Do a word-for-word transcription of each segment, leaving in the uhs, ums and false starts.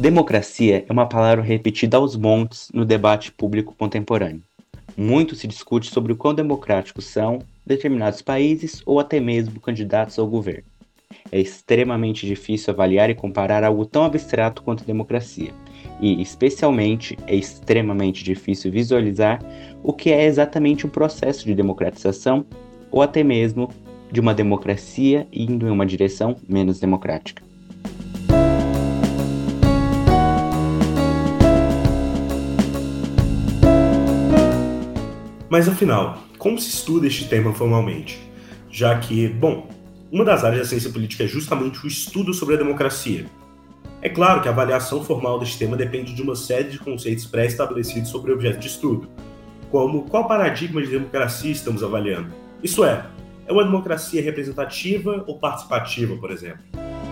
Democracia é uma palavra repetida aos montes no debate público contemporâneo. Muito se discute sobre o quão democráticos são determinados países ou até mesmo candidatos ao governo. É extremamente difícil avaliar e comparar algo tão abstrato quanto democracia, e, especialmente, é extremamente difícil visualizar o que é exatamente um processo de democratização ou até mesmo de uma democracia indo em uma direção menos democrática. Mas afinal, como se estuda este tema formalmente? Já que, bom, uma das áreas da ciência política é justamente o estudo sobre a democracia. É claro que a avaliação formal deste tema depende de uma série de conceitos pré-estabelecidos sobre o objeto de estudo, como qual paradigma de democracia estamos avaliando. Isso é, é uma democracia representativa ou participativa, por exemplo?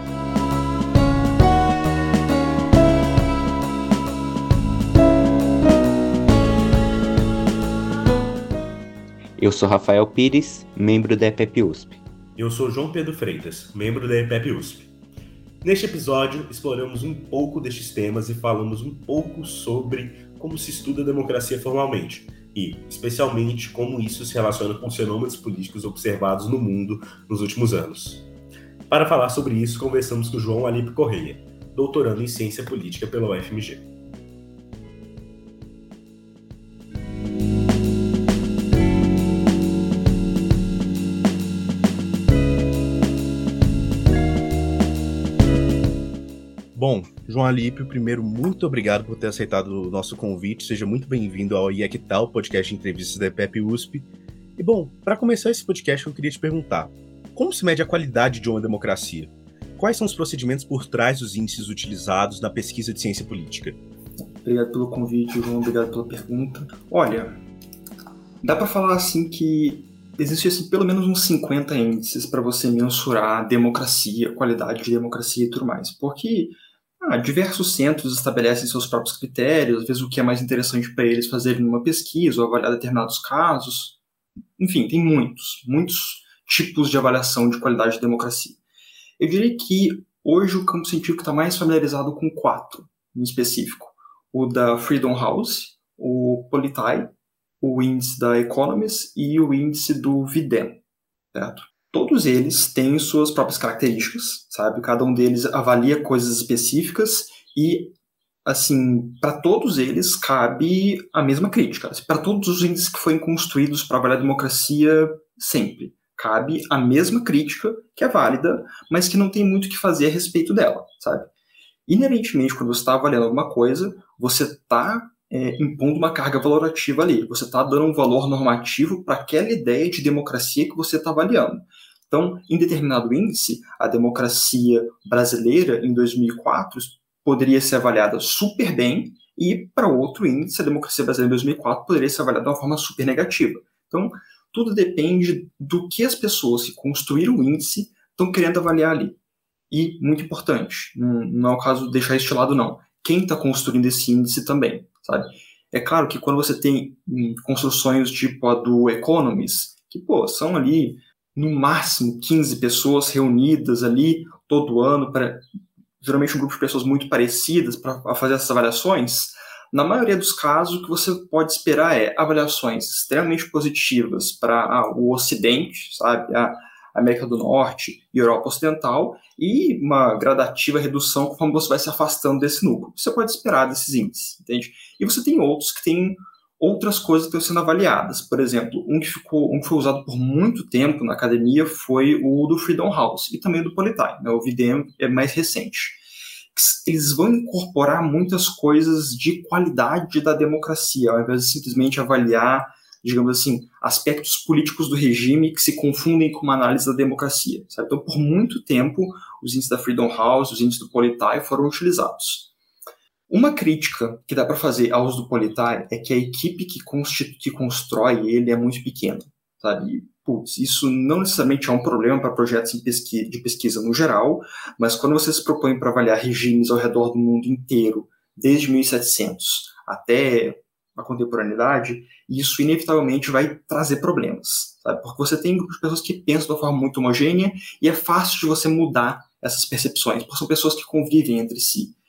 Eu sou Rafael Pires, membro da E P E P U S P. Eu sou João Pedro Freitas, membro da E P E P U S P. Neste episódio, exploramos um pouco destes temas e falamos um pouco sobre como se estuda a democracia formalmente e, especialmente, como isso se relaciona com os fenômenos políticos observados no mundo nos últimos anos. Para falar sobre isso, conversamos com o João Alípio Correia, doutorando em Ciência Política pela U F M G. Bom, João Alípio, primeiro, muito obrigado por ter aceitado o nosso convite. Seja muito bem-vindo ao I E C T A, o podcast de entrevistas da E P E P U S P. E, bom, para começar esse podcast, eu queria te perguntar, como se mede a qualidade de uma democracia? Quais são os procedimentos por trás dos índices utilizados na pesquisa de ciência política? Obrigado pelo convite, João. Obrigado pela pergunta. Olha, dá para falar assim que existem assim, pelo menos uns cinquenta índices para você mensurar a democracia, a qualidade de democracia e tudo mais. Porque ah, diversos centros estabelecem seus próprios critérios, às vezes o que é mais interessante para eles fazerem uma pesquisa ou avaliar determinados casos. Enfim, tem muitos, muitos tipos de avaliação de qualidade de democracia. Eu diria que hoje o campo científico está mais familiarizado com quatro, em específico. O da Freedom House, o Polity, o índice da Economist e o índice do V D E M, certo? Todos eles têm suas próprias características, sabe? Cada um deles avalia coisas específicas e, assim, para todos eles cabe a mesma crítica. Para todos os índices que foram construídos para avaliar a democracia, sempre cabe a mesma crítica, que é válida, mas que não tem muito o que fazer a respeito dela, sabe? Inerentemente, quando você está avaliando alguma coisa, você está é, impondo uma carga valorativa ali. Você está dando um valor normativo para aquela ideia de democracia que você está avaliando. Então, em determinado índice, a democracia brasileira, em dois mil e quatro, poderia ser avaliada super bem, e para outro índice, a democracia brasileira em dois mil e quatro poderia ser avaliada de uma forma super negativa. Então, tudo depende do que as pessoas que construíram o índice estão querendo avaliar ali. E, muito importante, não, não é o caso de deixar isso de lado, não. Quem está construindo esse índice também, sabe? É claro que quando você tem hum, construções tipo a do Economist, que, pô, são ali, no máximo, quinze pessoas reunidas ali todo ano, para geralmente um grupo de pessoas muito parecidas para fazer essas avaliações, na maioria dos casos, o que você pode esperar é avaliações extremamente positivas para ah, o Ocidente, sabe? A América do Norte e Europa Ocidental, e uma gradativa redução conforme você vai se afastando desse núcleo. Você pode esperar desses índices, entende? E você tem outros que têm outras coisas que estão sendo avaliadas. Por exemplo, um que, ficou, um que foi usado por muito tempo na academia foi o do Freedom House e também do Polity, né? O V D E M é mais recente. Eles vão incorporar muitas coisas de qualidade da democracia, ao invés de simplesmente avaliar, digamos assim, aspectos políticos do regime que se confundem com uma análise da democracia, sabe? Então, por muito tempo, os índices da Freedom House, os índices do Polity foram utilizados. Uma crítica que dá para fazer ao uso do Polity é que a equipe que, que constrói ele é muito pequena, sabe? Putz, isso não necessariamente é um problema para projetos em pesquisa, de pesquisa no geral, mas quando você se propõe para avaliar regimes ao redor do mundo inteiro, desde mil e setecentos até a contemporaneidade, isso inevitavelmente vai trazer problemas, sabe? Porque você tem grupos de pessoas que pensam de uma forma muito homogênea e é fácil de você mudar essas percepções, porque são pessoas que convivem entre si.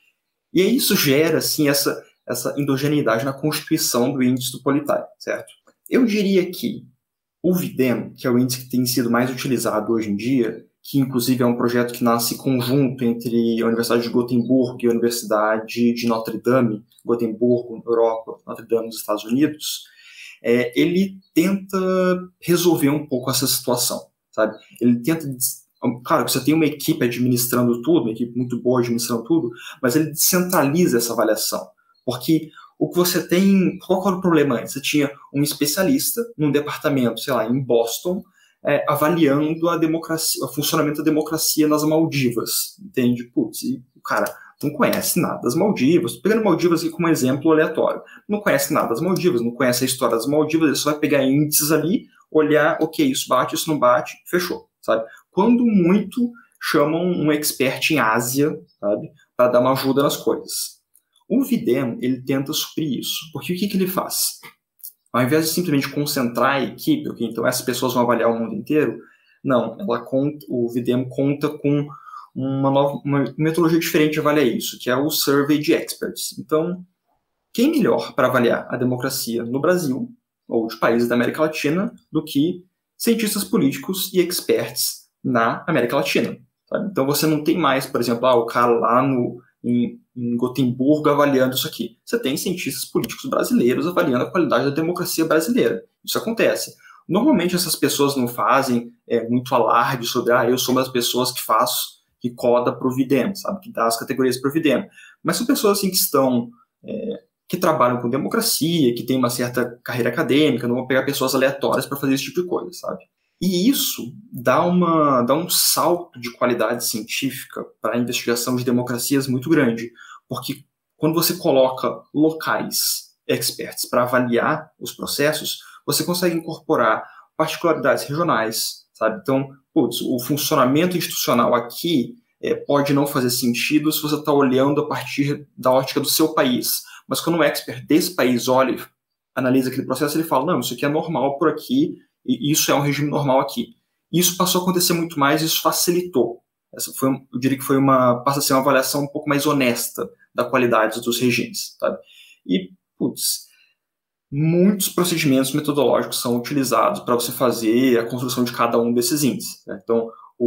E aí isso gera, assim, essa, essa endogeneidade na constituição do índice do Politeia, certo? Eu diria que o VIDEM, que é o índice que tem sido mais utilizado hoje em dia, que inclusive é um projeto que nasce conjunto entre a Universidade de Gotemburgo e a Universidade de Notre Dame, Gotemburgo, Europa, Notre Dame, nos Estados Unidos, é, ele tenta resolver um pouco essa situação, sabe? Ele tenta, claro que você tem uma equipe administrando tudo, uma equipe muito boa administrando tudo, mas ele descentraliza essa avaliação, porque o que você tem, qual era o problema antes? Você tinha um especialista num departamento, sei lá, em Boston, é, avaliando a democracia, o funcionamento da democracia nas Maldivas, entende? Putz, e o cara não conhece nada das Maldivas, pegando Maldivas aqui como exemplo aleatório, não conhece nada das Maldivas, não conhece a história das Maldivas, ele só vai pegar índices ali, olhar, ok, isso bate, isso não bate, fechou, sabe? Quando muito, chamam um expert em Ásia, sabe, para dar uma ajuda nas coisas. O VIDEM, ele tenta suprir isso, porque o que, que ele faz? Ao invés de simplesmente concentrar a equipe, okay, então essas pessoas vão avaliar o mundo inteiro, não, ela conta, o VIDEM conta com uma, nova, uma metodologia diferente de avaliar isso, que é o Survey de Experts. Então, quem melhor para avaliar a democracia no Brasil, ou de países da América Latina, do que cientistas políticos e experts na América Latina, sabe? Então você não tem mais, por exemplo, ah, o cara lá no, em, em Gotemburgo avaliando isso aqui. Você tem cientistas políticos brasileiros avaliando a qualidade da democracia brasileira. Isso acontece. Normalmente essas pessoas não fazem é, muito alarde sobre, ah, eu sou uma das pessoas que faço, que coda para o VIDEM, sabe, que dá as categorias para o VIDEM. Mas são pessoas assim que estão, é, que trabalham com democracia, que têm uma certa carreira acadêmica, não vão pegar pessoas aleatórias para fazer esse tipo de coisa, sabe? E isso dá, uma, dá um salto de qualidade científica para a investigação de democracias muito grande, porque quando você coloca locais experts para avaliar os processos, você consegue incorporar particularidades regionais, sabe? Então, putz, o funcionamento institucional aqui é, pode não fazer sentido se você está olhando a partir da ótica do seu país, mas quando um expert desse país olha, analisa aquele processo, ele fala, não, isso aqui é normal por aqui, e isso é um regime normal aqui. Isso passou a acontecer muito mais, isso facilitou. Essa foi, eu diria que foi uma, passa a ser uma avaliação um pouco mais honesta da qualidade dos regimes, sabe? E, putz, muitos procedimentos metodológicos são utilizados para você fazer a construção de cada um desses índices, né? Então,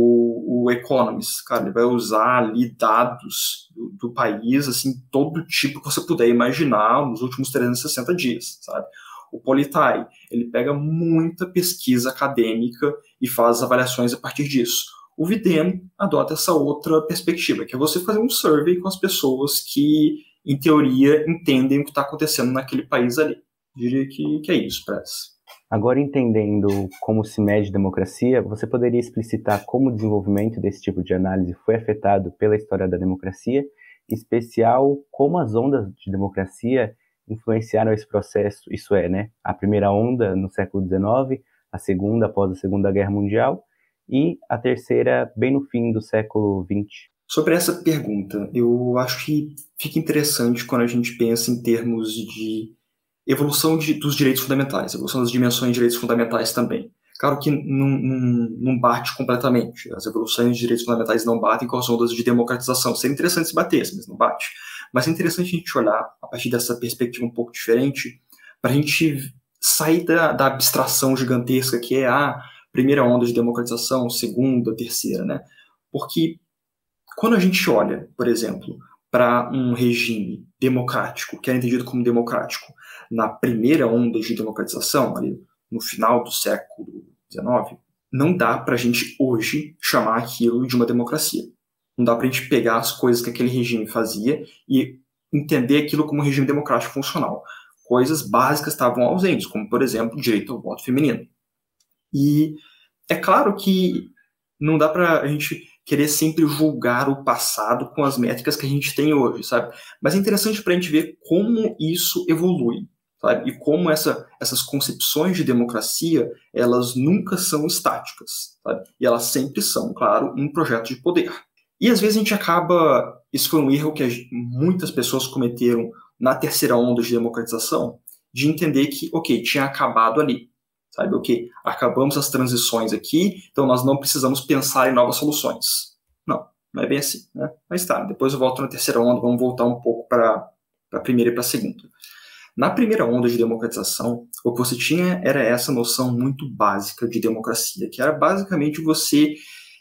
o, o Economist, cara, ele vai usar ali dados do, do país, assim, todo tipo que você puder imaginar nos últimos trezentos e sessenta dias, sabe? O Politeia, ele pega muita pesquisa acadêmica e faz avaliações a partir disso. O VIDEM adota essa outra perspectiva, que é você fazer um survey com as pessoas que, em teoria, entendem o que está acontecendo naquele país ali. Eu diria que, que é isso, Press. Agora, entendendo como se mede democracia, você poderia explicitar como o desenvolvimento desse tipo de análise foi afetado pela história da democracia, em especial como as ondas de democracia influenciaram esse processo, isso é, né, a primeira onda no século dezenove, a segunda após a Segunda Guerra Mundial e a terceira bem no fim do século vinte. Sobre essa pergunta, eu acho que fica interessante quando a gente pensa em termos de evolução de, dos direitos fundamentais, evolução das dimensões de direitos fundamentais também. Claro que não, não, não bate completamente, as evoluções de direitos fundamentais não batem com as ondas de democratização. Seria interessante se batesse, mas não bate. Mas é interessante a gente olhar, a partir dessa perspectiva um pouco diferente, para a gente sair da, da abstração gigantesca que é a primeira onda de democratização, segunda, terceira, né? Porque quando a gente olha, por exemplo, para um regime democrático, que é entendido como democrático, na primeira onda de democratização, ali no final do século dezenove, não dá para a gente hoje chamar aquilo de uma democracia. Não dá para a gente pegar as coisas que aquele regime fazia e entender aquilo como um regime democrático funcional. Coisas básicas estavam ausentes, como, por exemplo, o direito ao voto feminino. E é claro que não dá para a gente querer sempre julgar o passado com as métricas que a gente tem hoje, sabe? Mas é interessante para a gente ver como isso evolui, sabe? E como essa, essas concepções de democracia, elas nunca são estáticas, sabe? E elas sempre são, claro, um projeto de poder. E às vezes a gente acaba, isso foi um erro que muitas pessoas cometeram na terceira onda de democratização, de entender que, ok, tinha acabado ali, sabe? Ok, acabamos as transições aqui, então nós não precisamos pensar em novas soluções. Não, Não é bem assim, né? Mas tá, depois eu volto na terceira onda, vamos voltar um pouco para a primeira e para a segunda. Na primeira onda de democratização, o que você tinha era essa noção muito básica de democracia, que era basicamente você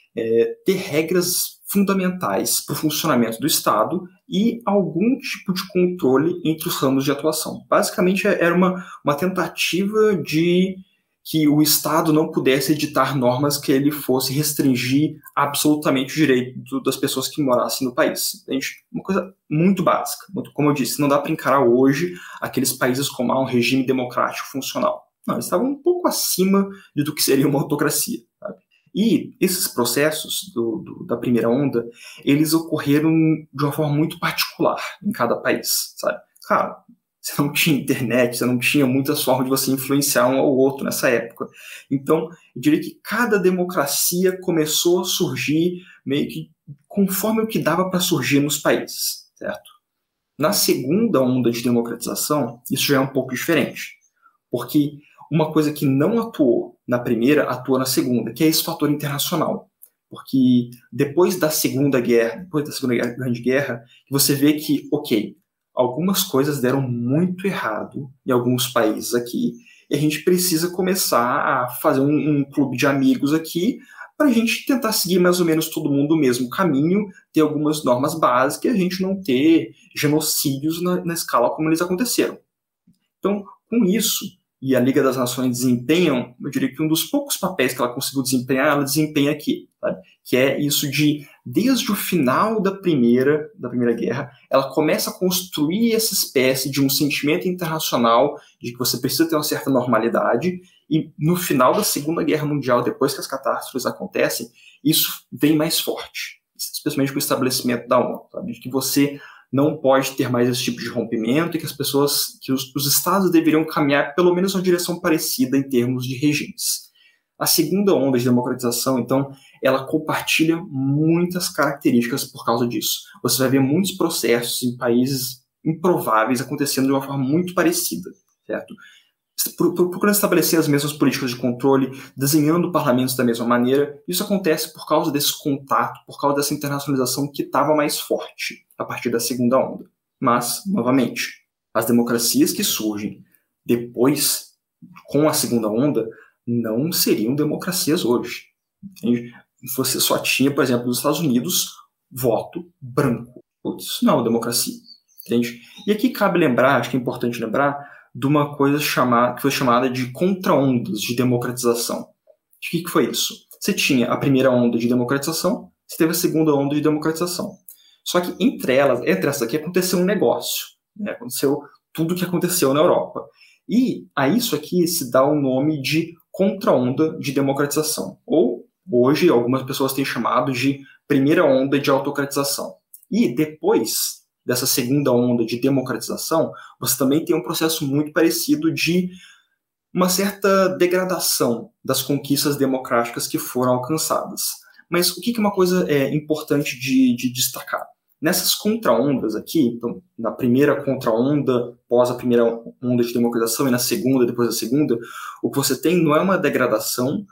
é, ter regras fundamentais para o funcionamento do Estado e algum tipo de controle entre os ramos de atuação. Basicamente, era uma, uma tentativa de que o Estado não pudesse editar normas que ele fosse restringir absolutamente o direito das pessoas que morassem no país. Entende? Uma coisa muito básica. Muito, como eu disse, não dá para encarar hoje aqueles países como ah, um regime democrático funcional. Não, eles estavam um pouco acima do que seria uma autocracia. Sabe? E esses processos do, do, da primeira onda, eles ocorreram de uma forma muito particular em cada país. Sabe? Cara, você não tinha internet, você não tinha muitas formas de você influenciar um ao outro nessa época. Então, eu diria que cada democracia começou a surgir meio que conforme o que dava para surgir nos países, certo? Na segunda onda de democratização, isso já é um pouco diferente, porque uma coisa que não atuou na primeira, atua na segunda, que é esse fator internacional. Porque depois da Segunda Guerra, depois da Segunda Grande Guerra, você vê que, ok, algumas coisas deram muito errado em alguns países aqui, e a gente precisa começar a fazer um, um clube de amigos aqui para a gente tentar seguir mais ou menos todo mundo o mesmo caminho, ter algumas normas básicas e a gente não ter genocídios na, na escala como eles aconteceram. Então, com isso, e a Liga das Nações desempenham, eu diria que um dos poucos papéis que ela conseguiu desempenhar, ela desempenha aqui, sabe? Que é isso de, desde o final da primeira, da primeira guerra, ela começa a construir essa espécie de um sentimento internacional de que você precisa ter uma certa normalidade, e no final da Segunda Guerra Mundial, depois que as catástrofes acontecem, isso vem mais forte, especialmente com o estabelecimento da ONU, sabe? De que você não pode ter mais esse tipo de rompimento e que as pessoas, que os, os estados deveriam caminhar pelo menos uma direção parecida em termos de regimes. A segunda onda de democratização, então, ela compartilha muitas características por causa disso. Você vai ver muitos processos em países improváveis acontecendo de uma forma muito parecida, certo? Procurando estabelecer as mesmas políticas de controle, desenhando parlamentos da mesma maneira. Isso acontece por causa desse contato, por causa dessa internacionalização que estava mais forte a partir da segunda onda. Mas, novamente, as democracias que surgem depois, com a segunda onda, não seriam democracias hoje. Entende? Você só tinha, por exemplo, nos Estados Unidos, voto branco. Isso não é uma democracia. Entende? E aqui cabe lembrar, acho que é importante lembrar, de uma coisa chamada, que foi chamada de contra-ondas de democratização. O que, que foi isso? Você tinha a primeira onda de democratização, você teve a segunda onda de democratização. Só que entre elas, entre essas aqui, aconteceu um negócio. Né? Aconteceu tudo o que aconteceu na Europa. E a isso aqui se dá o nome de contra-onda de democratização. Ou, hoje, algumas pessoas têm chamado de primeira onda de autocratização. E depois dessa segunda onda de democratização, você também tem um processo muito parecido de uma certa degradação das conquistas democráticas que foram alcançadas. Mas o que é uma coisa é, importante de, de destacar? Nessas contra-ondas aqui, então, na primeira contra-onda, pós a primeira onda de democratização, e na segunda, depois da segunda, o que você tem não é uma degradação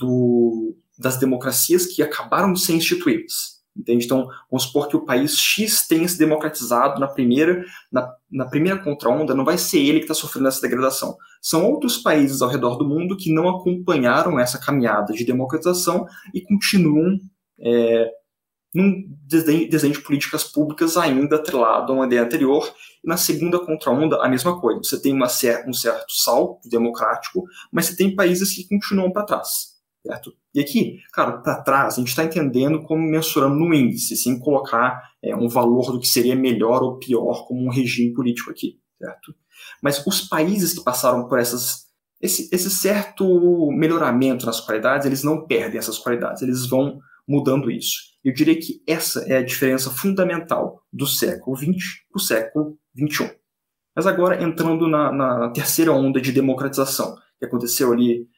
do, das democracias que acabaram de ser instituídas. Entende? Então, vamos supor que o país X tenha se democratizado na primeira, na, na primeira contra-onda, não vai ser ele que está sofrendo essa degradação. São outros países ao redor do mundo que não acompanharam essa caminhada de democratização e continuam é, num desenho, desenho de políticas públicas ainda atrelado a uma ideia anterior. E na segunda contra-onda, a mesma coisa. Você tem uma, um certo salto democrático, mas você tem países que continuam para trás. Certo? E aqui, cara, para trás, a gente está entendendo como mensurando no índice, sem colocar é, um valor do que seria melhor ou pior como um regime político aqui, certo? Mas os países que passaram por essas, esse, esse certo melhoramento nas qualidades, eles não perdem essas qualidades, eles vão mudando isso. Eu diria que essa é a diferença fundamental do século vinte para o século vinte e um. Mas agora, entrando na, na terceira onda de democratização, que aconteceu ali.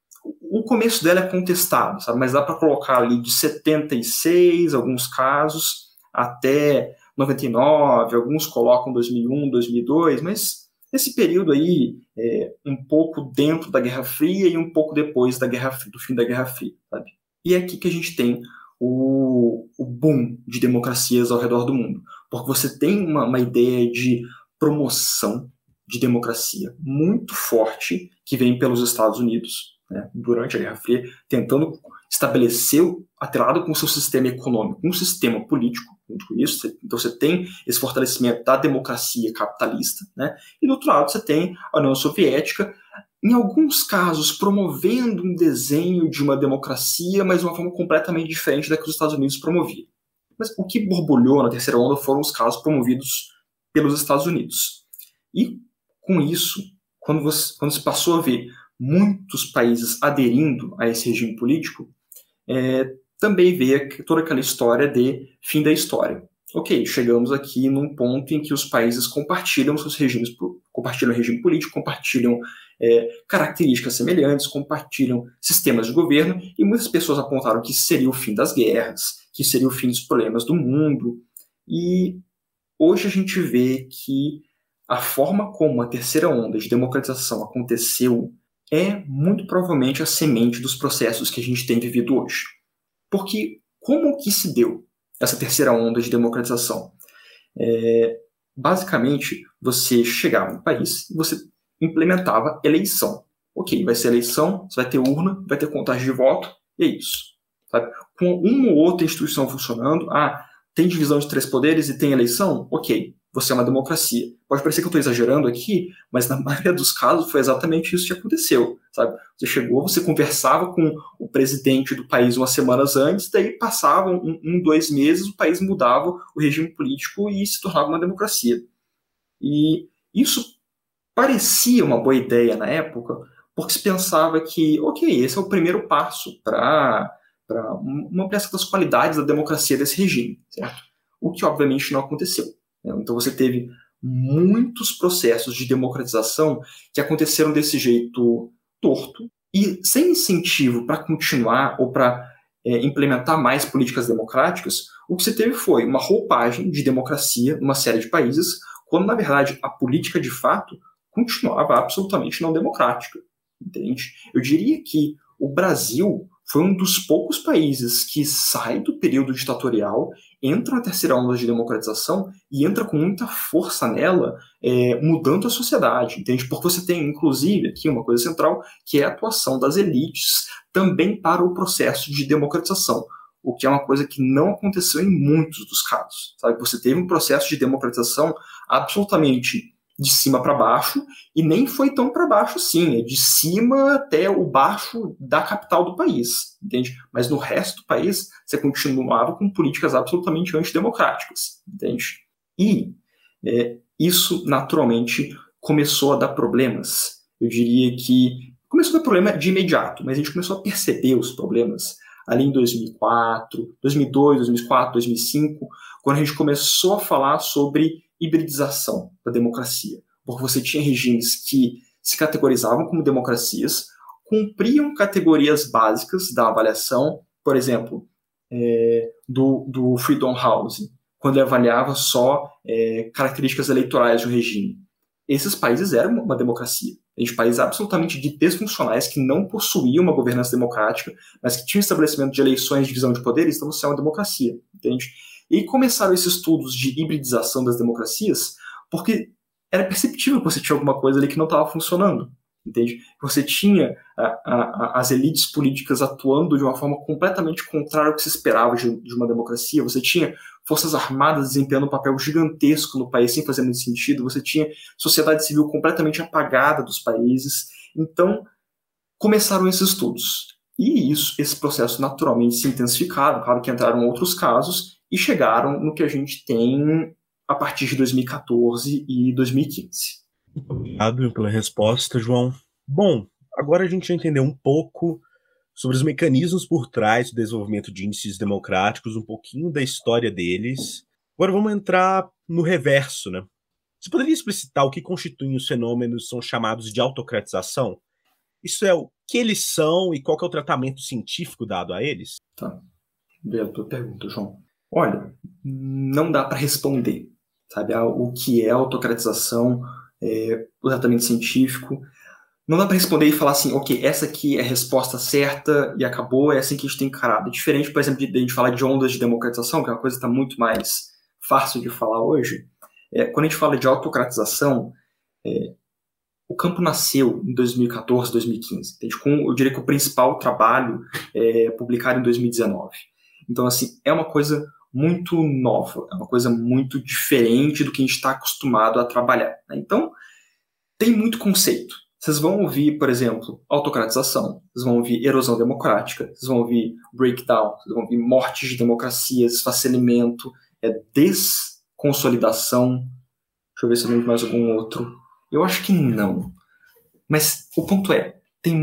O começo dela é contestado, sabe? Mas dá para colocar ali de setenta e seis, alguns casos, até noventa e nove, alguns colocam dois mil e um, dois mil e dois, mas esse período aí é um pouco dentro da Guerra Fria e um pouco depois da Guerra Fria, do fim da Guerra Fria, sabe? E é aqui que a gente tem o, o boom de democracias ao redor do mundo. Porque você tem uma, uma ideia de promoção de democracia muito forte que vem pelos Estados Unidos, né, durante a Guerra Fria, tentando estabelecer, atrelado com o seu sistema econômico, um sistema político, junto com isso. Então você tem esse fortalecimento da democracia capitalista, né, e do outro lado você tem a União Soviética, em alguns casos promovendo um desenho de uma democracia, mas de uma forma completamente diferente da que os Estados Unidos promoviam. Mas o que borbulhou na terceira onda foram os casos promovidos pelos Estados Unidos. E com isso, quando, você, quando se passou a ver muitos países aderindo a esse regime político, é, também veio toda aquela história de fim da história. Ok, chegamos aqui num ponto em que os países compartilham seus regimes, compartilham o regime político, compartilham é, características semelhantes, compartilham sistemas de governo, e muitas pessoas apontaram que isso seria o fim das guerras, que seria o fim dos problemas do mundo. E hoje a gente vê que a forma como a terceira onda de democratização aconteceu é muito provavelmente a semente dos processos que a gente tem vivido hoje. Porque como que se deu essa terceira onda de democratização? É, basicamente, você chegava no país e você implementava eleição. Ok, vai ser eleição, você vai ter urna, vai ter contagem de voto, e é isso. Sabe? Com uma ou outra instituição funcionando, ah, tem divisão de três poderes e tem eleição? Ok, você é uma democracia. Pode parecer que eu estou exagerando aqui, mas na maioria dos casos foi exatamente isso que aconteceu. Sabe? Você chegou, você conversava com o presidente do país umas semanas antes, daí passavam um, um, dois meses, o país mudava o regime político e se tornava uma democracia. E isso parecia uma boa ideia na época, porque se pensava que, ok, esse é o primeiro passo para para uma ampliação das qualidades da democracia desse regime, certo? O que obviamente não aconteceu. Né? Então você teve muitos processos de democratização que aconteceram desse jeito torto e sem incentivo para continuar ou para é, implementar mais políticas democráticas. O que você teve foi uma roupagem de democracia numa série de países, quando na verdade a política de fato continuava absolutamente não democrática, entende? Eu diria que o Brasil foi um dos poucos países que sai do período ditatorial, entra na terceira onda de democratização e entra com muita força nela, é, mudando a sociedade, entende? Porque você tem, inclusive, aqui uma coisa central, que é a atuação das elites também para o processo de democratização, o que é uma coisa que não aconteceu em muitos dos casos, sabe? Você teve um processo de democratização absolutamente de cima para baixo, e nem foi tão para baixo assim, é de cima até o baixo da capital do país, entende? Mas no resto do país, você continuava com políticas absolutamente antidemocráticas, entende? E é, isso, naturalmente, começou a dar problemas. Eu diria que começou a dar problema de imediato, mas a gente começou a perceber os problemas ali em dois mil e quatro, dois mil e dois, dois mil e quatro, dois mil e cinco, quando a gente começou a falar sobre hibridização da democracia, porque você tinha regimes que se categorizavam como democracias, cumpriam categorias básicas da avaliação, por exemplo, é, do, do Freedom House, quando ele avaliava só é, características eleitorais do regime. Esses países eram uma democracia. A gente, países absolutamente desfuncionais que não possuíam uma governança democrática, mas que tinham estabelecimento de eleições, divisão de poderes, então você é uma democracia, entende? E começaram esses estudos de hibridização das democracias porque era perceptível que você tinha alguma coisa ali que não estava funcionando, entende? Você tinha a, a, as elites políticas atuando de uma forma completamente contrária ao que se esperava de, de uma democracia, você tinha forças armadas desempenhando um papel gigantesco no país sem fazer muito sentido, você tinha sociedade civil completamente apagada dos países. Então, começaram esses estudos. E isso, esse processo naturalmente se intensificaram, claro que entraram outros casos, e chegaram no que a gente tem a partir de dois mil e quatorze e dois mil e quinze. Obrigado pela resposta, João. Bom, agora a gente já entendeu um pouco sobre os mecanismos por trás do desenvolvimento de índices democráticos, um pouquinho da história deles. Agora vamos entrar no reverso, né? Você poderia explicitar o que constituem os fenômenos que são chamados de autocratização? Isso é o que eles são e qual que é o tratamento científico dado a eles? Tá. Obrigado pela pergunta, João. Olha, não dá para responder, sabe, o que é autocratização, é, o tratamento científico. não dá para responder e falar assim, ok, essa aqui é a resposta certa e acabou, é assim que a gente tem encarado. É diferente, por exemplo, de, de a gente falar de ondas de democratização, que é uma coisa que está muito mais fácil de falar hoje. É, quando a gente fala de autocratização, é, o campo nasceu em dois mil e quatorze, dois mil e quinze. Entende? Com, eu diria que o principal trabalho é publicado em dois mil e dezenove. Então, assim, é uma coisa muito nova, é uma coisa muito diferente do que a gente está acostumado a trabalhar. Né? Então, tem muito conceito. Vocês vão ouvir, por exemplo, autocratização, vocês vão ouvir erosão democrática, vocês vão ouvir breakdown, vocês vão ouvir morte de democracia, desfacelamento, é, desconsolidação. Deixa eu ver se eu lembro mais algum outro. Eu acho que não. Mas o ponto é, tem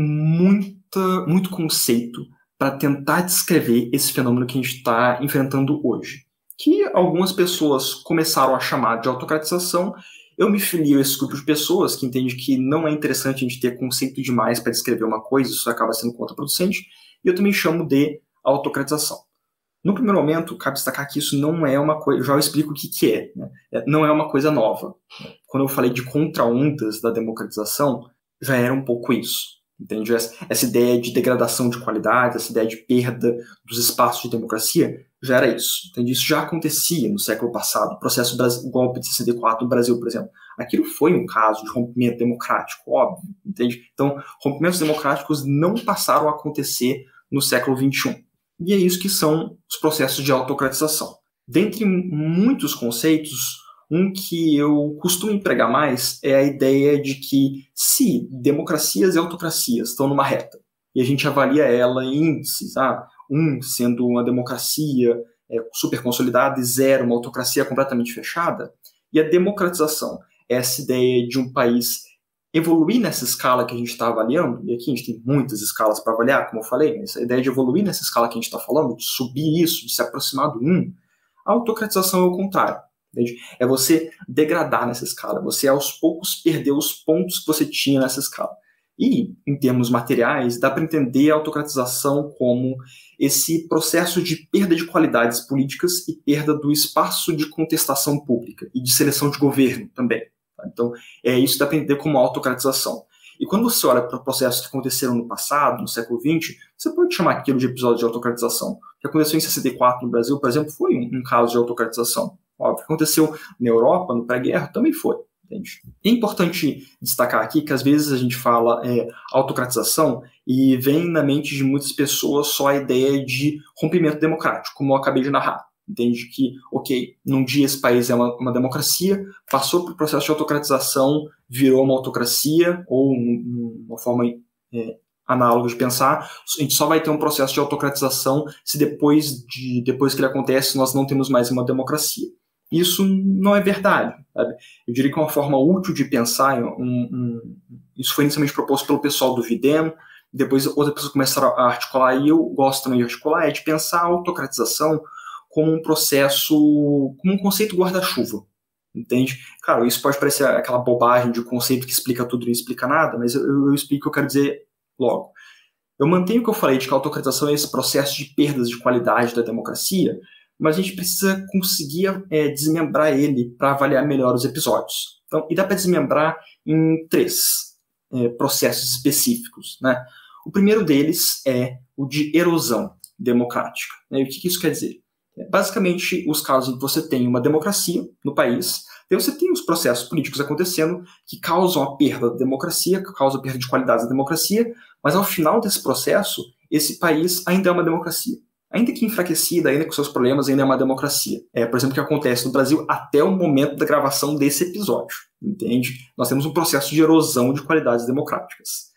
muita, muito conceito para tentar descrever esse fenômeno que a gente está enfrentando hoje. Que algumas pessoas começaram a chamar de autocratização. Eu me filio a esse grupo de pessoas que entende que não é interessante a gente ter conceito demais para descrever uma coisa, isso acaba sendo contraproducente, e eu também chamo de autocratização. No primeiro momento, cabe destacar que isso não é uma coisa, já eu explico o que, que é, né? Não é uma coisa nova. Quando eu falei de contra-ondas da democratização, já era um pouco isso. Entende? Essa ideia de degradação de qualidade, essa ideia de perda dos espaços de democracia, já era isso. Entende? Isso já acontecia no século passado. O processo do golpe de sessenta e quatro no Brasil, por exemplo. Aquilo foi um caso de rompimento democrático, óbvio. Entende? Então, rompimentos democráticos não passaram a acontecer no século vinte e um. E é isso que são os processos de autocratização. Dentre muitos conceitos, um que eu costumo empregar mais é a ideia de que se democracias e autocracias estão numa reta, e a gente avalia ela em índices, ah, um sendo uma democracia é, super consolidada e zero, uma autocracia completamente fechada, e a democratização é essa ideia de um país evoluir nessa escala que a gente está avaliando, e aqui a gente tem muitas escalas para avaliar, como eu falei, essa ideia de evoluir nessa escala que a gente está falando, de subir isso, de se aproximar do um, a autocratização é o contrário. Entende? É você degradar nessa escala, você aos poucos perder os pontos que você tinha nessa escala. E, em termos materiais, dá para entender a autocratização como esse processo de perda de qualidades políticas e perda do espaço de contestação pública e de seleção de governo também. Tá? Então, é isso que dá para entender como autocratização. E quando você olha para processos que aconteceram no passado, no século vinte, você pode chamar aquilo de episódio de autocratização. O que aconteceu em sessenta e quatro no Brasil, por exemplo, foi um, um caso de autocratização. Óbvio, o que aconteceu na Europa, no pré-guerra, também foi. Entende? É importante destacar aqui que às vezes a gente fala é, autocratização e vem na mente de muitas pessoas só a ideia de rompimento democrático, como eu acabei de narrar. Entende que, ok, num dia esse país é uma, uma democracia, passou por processo de autocratização, virou uma autocracia, ou um, uma forma é, análoga de pensar, a gente só vai ter um processo de autocratização se depois, de, depois que ele acontece nós não temos mais uma democracia. Isso não é verdade, sabe? Eu diria que uma forma útil de pensar, um, um, isso foi inicialmente proposto pelo pessoal do Videm, depois outras pessoas começaram a articular, e eu gosto também de articular, é de pensar a autocratização como um processo, como um conceito guarda-chuva, entende? Claro, isso pode parecer aquela bobagem de conceito que explica tudo e não explica nada, mas eu, eu explico o que eu quero dizer logo. Eu mantenho o que eu falei de que a autocratização é esse processo de perdas de qualidade da democracia, mas a gente precisa conseguir é, desmembrar ele para avaliar melhor os episódios. Então, e dá para desmembrar em três é, processos específicos, né? O primeiro deles é o de erosão democrática. Né? E o que, que isso quer dizer? É, basicamente, os casos em que você tem uma democracia no país, daí você tem os processos políticos acontecendo que causam a perda da democracia, que causam a perda de qualidade da democracia, mas ao final desse processo, esse país ainda é uma democracia. Ainda que enfraquecida, ainda com seus problemas, ainda é uma democracia. É, por exemplo, o que acontece no Brasil até o momento da gravação desse episódio, entende? Nós temos um processo de erosão de qualidades democráticas.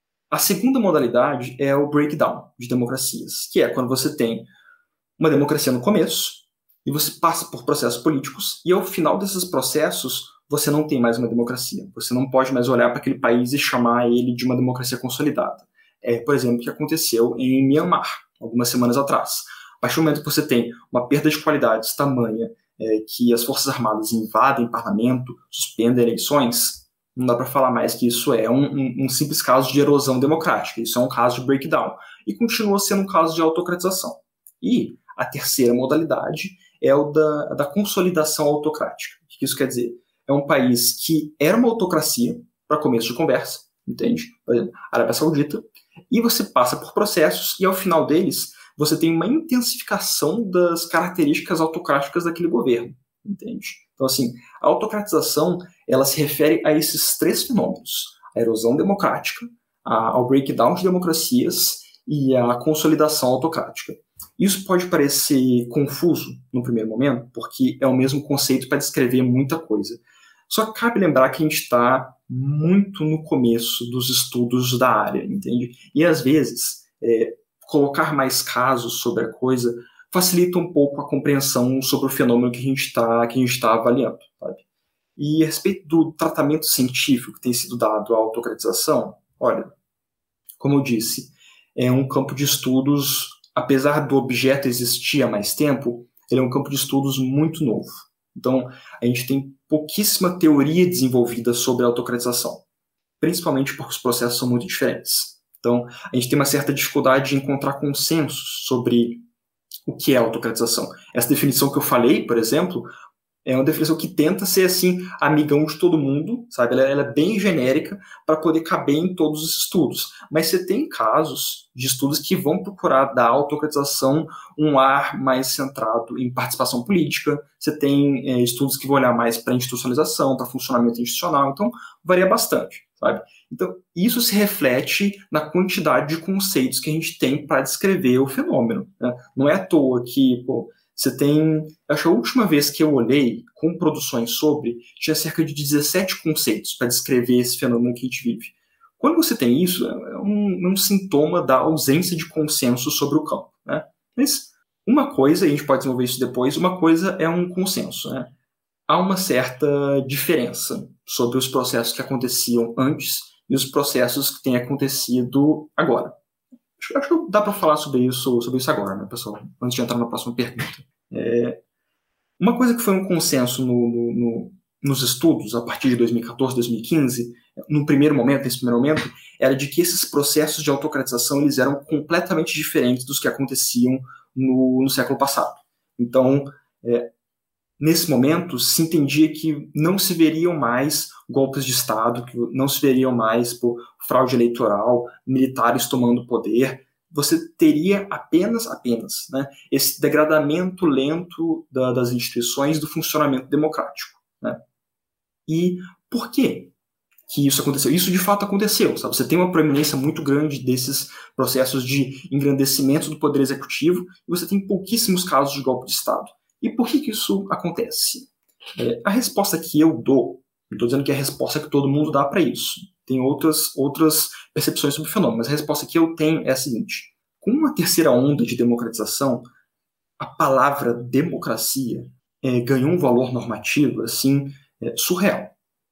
A segunda modalidade é o breakdown de democracias, que é quando você tem uma democracia no começo, e você passa por processos políticos, e ao final desses processos, você não tem mais uma democracia. Você não pode mais olhar para aquele país e chamar ele de uma democracia consolidada. É, por exemplo, o que aconteceu em Myanmar, algumas semanas atrás. A partir do momento que você tem uma perda de qualidades tamanha, é, que as Forças Armadas invadem o parlamento, suspendem eleições, não dá para falar mais que isso é um, um, um simples caso de erosão democrática. Isso é um caso de breakdown. E continua sendo um caso de autocratização. E a terceira modalidade é o da, da consolidação autocrática. O que isso quer dizer? É um país que era uma autocracia, para começo de conversa, entende? Por exemplo, Arábia Saudita, e você passa por processos e ao final deles você tem uma intensificação das características autocráticas daquele governo, entende? Então, assim, a autocratização, ela se refere a esses três fenômenos: a erosão democrática, a, ao breakdown de democracias e a consolidação autocrática. Isso pode parecer confuso no primeiro momento, porque é o mesmo conceito para descrever muita coisa. Só que cabe lembrar que a gente está muito no começo dos estudos da área, entende? E às vezes, é, colocar mais casos sobre a coisa facilita um pouco a compreensão sobre o fenômeno que a gente está que a gente está avaliando, sabe? E a respeito do tratamento científico que tem sido dado à autocratização, olha, como eu disse, é um campo de estudos, apesar do objeto existir há mais tempo, ele é um campo de estudos muito novo. Então, a gente tem pouquíssima teoria desenvolvida sobre a autocratização, principalmente porque os processos são muito diferentes. Então, a gente tem uma certa dificuldade de encontrar consensos sobre o que é autocratização. Essa definição que eu falei, por exemplo, é uma definição que tenta ser, assim, amigão de todo mundo, sabe? Ela, ela é bem genérica para poder caber em todos os estudos. Mas você tem casos de estudos que vão procurar dar à autocratização um ar mais centrado em participação política. Você tem é, estudos que vão olhar mais para institucionalização, para funcionamento institucional. Então, varia bastante, sabe? Então, isso se reflete na quantidade de conceitos que a gente tem para descrever o fenômeno, né? Não é à toa que, pô, você tem... Acho que a última vez que eu olhei com produções sobre, tinha cerca de dezessete conceitos para descrever esse fenômeno que a gente vive. Quando você tem isso, é um, é um sintoma da ausência de consenso sobre o campo, né? Mas uma coisa, e a gente pode desenvolver isso depois, uma coisa é um consenso, né? Há uma certa diferença sobre os processos que aconteciam antes e os processos que têm acontecido agora. Acho, acho que dá para falar sobre isso, sobre isso agora, né, pessoal? Antes de entrar na próxima pergunta. É, uma coisa que foi um consenso no, no, no, nos estudos, a partir de dois mil e catorze, dois mil e quinze, no primeiro momento, nesse primeiro momento, era de que esses processos de autocratização eles eram completamente diferentes dos que aconteciam no, no século passado. Então, é, nesse momento, se entendia que não se veriam mais golpes de Estado, que não se veriam mais por fraude eleitoral, militares tomando poder. Você teria apenas, apenas, né, esse degradamento lento da, das instituições do funcionamento democrático, né? E por quê que isso aconteceu? Isso de fato aconteceu, sabe? Você tem uma proeminência muito grande desses processos de engrandecimento do poder executivo e você tem pouquíssimos casos de golpe de Estado. E por que que isso acontece? É, a resposta que eu dou, não estou dizendo que é a resposta que todo mundo dá para isso, tem outras, outras percepções sobre o fenômeno, mas a resposta que eu tenho é a seguinte: com uma terceira onda de democratização, a palavra democracia é, ganhou um valor normativo assim, é, surreal.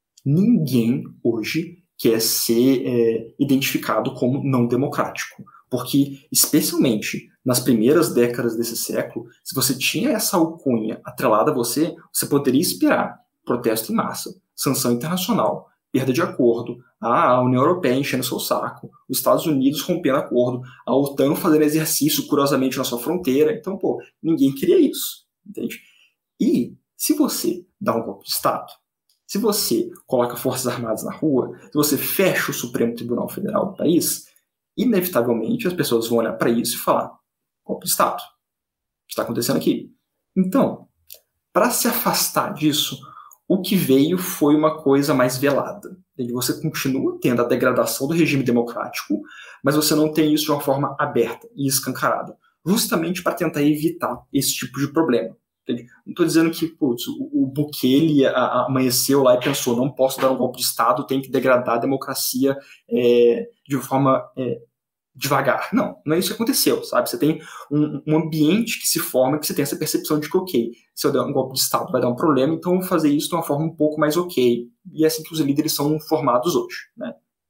Ninguém hoje quer ser é, identificado como não democrático, porque, especialmente nas primeiras décadas desse século, se você tinha essa alcunha atrelada a você, você poderia esperar protesto em massa, sanção internacional, perda de acordo, a União Europeia enchendo seu saco, os Estados Unidos rompendo acordo, a OTAN fazendo exercício curiosamente na sua fronteira. Então, pô, ninguém queria isso, entende? E se você dá um golpe de Estado, se você coloca forças armadas na rua, se você fecha o Supremo Tribunal Federal do país, inevitavelmente as pessoas vão olhar para isso e falar: golpe de Estado, o que está acontecendo aqui? Então, para se afastar disso, o que veio foi uma coisa mais velada. Você continua tendo a degradação do regime democrático, mas você não tem isso de uma forma aberta e escancarada, justamente para tentar evitar esse tipo de problema. Entende? Não estou dizendo que putz, o, o Bukele a, a, amanheceu lá e pensou: não posso dar um golpe de Estado, tem que degradar a democracia é, de forma é, devagar. Não, não é isso que aconteceu, sabe? Você tem um, um ambiente que se forma, que você tem essa percepção de que, ok, se eu der um golpe de Estado vai dar um problema, então eu vou fazer isso de uma forma um pouco mais ok. E é assim que os líderes são formados hoje, né?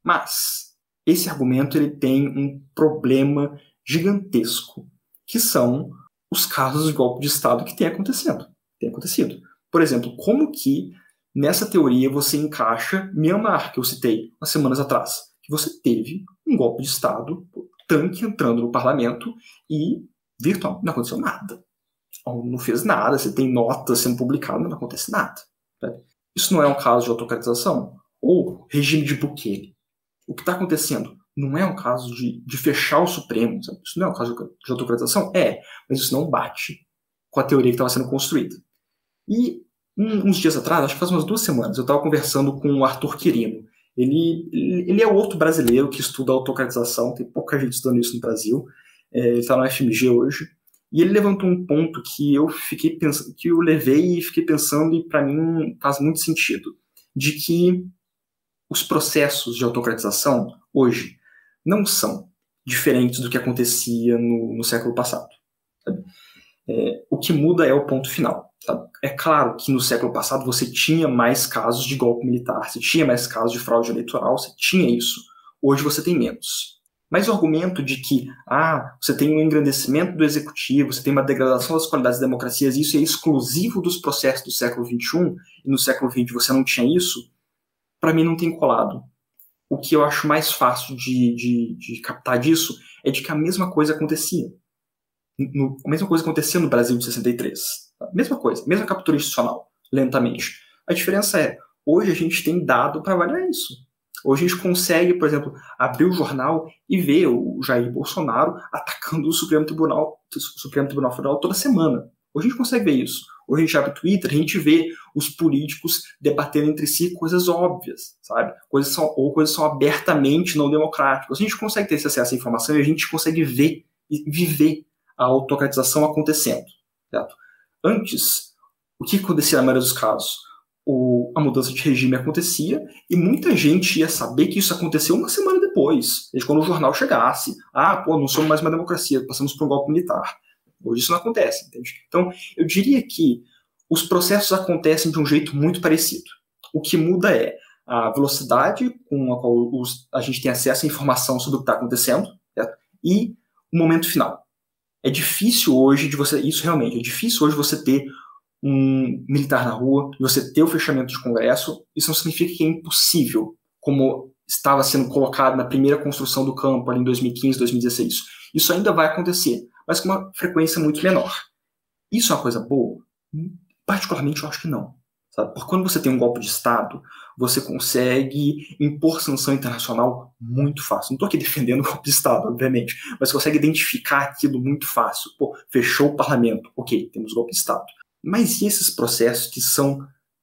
Mas esse argumento ele tem um problema gigantesco, que são os casos de golpe de Estado que tem acontecendo, tem acontecido. Por exemplo, como que nessa teoria você encaixa Myanmar, que eu citei umas semanas atrás, que você teve um golpe de Estado, tanque entrando no parlamento e virtualmente não aconteceu nada. Não fez nada, você tem notas sendo publicadas, mas não acontece nada. Isso não é um caso de autocratização? Ou regime de Bukele? o que está acontecendo não é um caso de, de fechar o Supremo, sabe? Isso não é um caso de autocratização? É, mas isso não bate com a teoria que estava sendo construída. E um, uns dias atrás, acho que faz umas duas semanas, eu estava conversando com o Arthur Quirino. Ele, ele é outro brasileiro que estuda autocratização, tem pouca gente estudando isso no Brasil, é, ele está no F M G hoje, e ele levantou um ponto que eu fiquei pensando, que eu levei e fiquei pensando, e para mim faz muito sentido, de que os processos de autocratização hoje não são diferentes do que acontecia no, no século passado. Sabe? É, o que muda é o ponto final. Sabe? É claro que no século passado você tinha mais casos de golpe militar, você tinha mais casos de fraude eleitoral, você tinha isso. Hoje você tem menos. Mas o argumento de que ah, você tem um engrandecimento do executivo, você tem uma degradação das qualidades da democracia, isso é exclusivo dos processos do século vinte e um, e no século vinte você não tinha isso, para mim não tem colado. O que eu acho mais fácil de, de, de captar disso é de que a mesma coisa acontecia. No, a mesma coisa acontecia no Brasil de sessenta e três. A mesma coisa, a mesma captura institucional, lentamente. A diferença é, hoje a gente tem dado para avaliar isso. Hoje a gente consegue, por exemplo, abrir o jornal e ver o Jair Bolsonaro atacando o Supremo Tribunal, o Supremo Tribunal Federal toda semana. Hoje a gente consegue ver isso. Hoje a gente abre o Twitter, a gente vê os políticos debatendo entre si coisas óbvias, sabe? Coisas são, ou coisas são abertamente não democráticas. A gente consegue ter esse acesso à informação e a gente consegue ver e viver a autocratização acontecendo. Certo? Antes, o que acontecia na maioria dos casos? O, a mudança de regime acontecia e muita gente ia saber que isso aconteceu uma semana depois, desde quando o jornal chegasse. Ah, pô, não somos mais uma democracia, passamos por um golpe militar. Hoje isso não acontece, entende? Então, eu diria que os processos acontecem de um jeito muito parecido. O que muda é a velocidade com a qual os, a gente tem acesso à informação sobre o que está acontecendo, certo? E o momento final. É difícil hoje de você, isso realmente, é difícil hoje você ter um militar na rua, você ter o fechamento de congresso. Isso não significa que é impossível, como estava sendo colocado na primeira construção do campo ali em dois mil e quinze, dois mil e dezesseis. Isso ainda vai acontecer, mas com uma frequência muito menor. Isso é uma coisa boa? Particularmente eu acho que não. Sabe? Porque quando você tem um golpe de Estado, você consegue impor sanção internacional muito fácil. Não estou aqui defendendo o golpe de Estado, obviamente, mas você consegue identificar aquilo muito fácil. Pô, fechou o parlamento. Ok, temos golpe de Estado. Mas e esses processos que são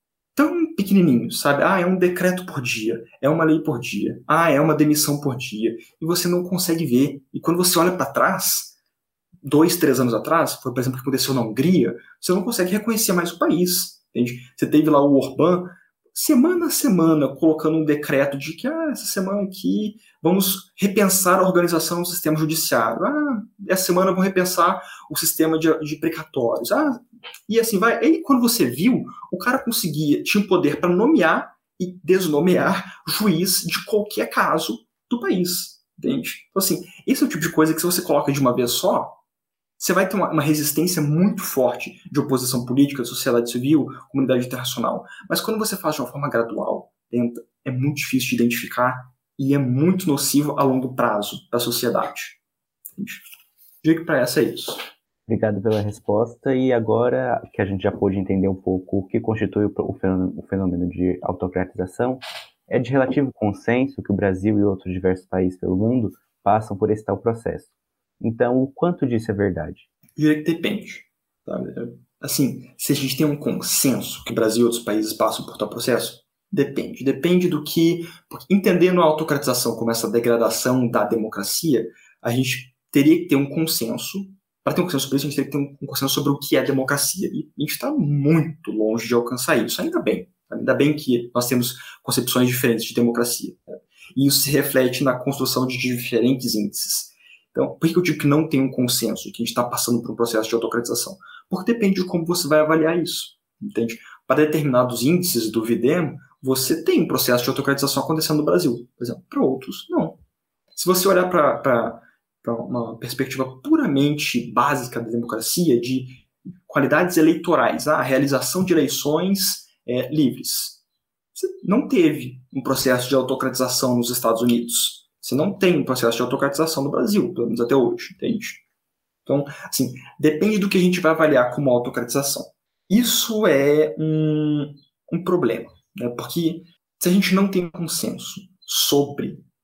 tão pequenininhos, sabe? Ah, é um decreto por dia, é uma lei por dia, ah, é uma demissão por dia, e você não consegue ver. E quando você olha para trás, dois, três anos atrás, foi, por exemplo, o que aconteceu na Hungria, você não consegue reconhecer mais o país, entende? Você teve lá o Orbán, semana a semana, colocando um decreto de que, ah, essa semana aqui vamos repensar a organização do sistema judiciário, ah, essa semana vamos repensar o sistema de, de precatórios, ah, e assim vai. Aí, quando você viu, o cara conseguia, tinha o poder para nomear e desnomear juiz de qualquer caso do país, entende? Então, assim, esse é o tipo de coisa que se você coloca de uma vez só, você vai ter uma, uma resistência muito forte de oposição política, sociedade civil, comunidade internacional. Mas quando você faz de uma forma gradual, lenta, é muito difícil de identificar e é muito nocivo a longo prazo para a sociedade. Entende? Digo que para essa é isso. Obrigado pela resposta. E agora que a gente já pôde entender um pouco o que constitui o fenômeno de autocratização, é de relativo consenso que o Brasil e outros diversos países pelo mundo passam por esse tal processo. Então, o quanto disso é verdade? Eu diria que depende. Sabe? Assim, se a gente tem um consenso que o Brasil e outros países passam por tal processo, depende. Depende do que... Porque entendendo a autocratização como essa degradação da democracia, a gente teria que ter um consenso. Para ter um consenso sobre isso, a gente teria que ter um consenso sobre o que é democracia. E a gente está muito longe de alcançar isso. Ainda bem. Ainda bem que nós temos concepções diferentes de democracia. Né? E isso se reflete na construção de diferentes índices. Então, por que eu digo que não tem um consenso, que a gente está passando por um processo de autocratização? Porque depende de como você vai avaliar isso, entende? Para determinados índices do VIDEM, você tem um processo de autocratização acontecendo no Brasil, por exemplo. Para outros, não. Se você olhar para uma perspectiva puramente básica da democracia, de qualidades eleitorais, a realização de eleições é, livres, você não teve um processo de autocratização nos Estados Unidos. Você não tem um processo de autocratização no Brasil, pelo menos até hoje, entende? Então, assim, depende do que a gente vai avaliar como autocratização. Isso é um, um problema, né? Porque se a gente não tem consenso sobre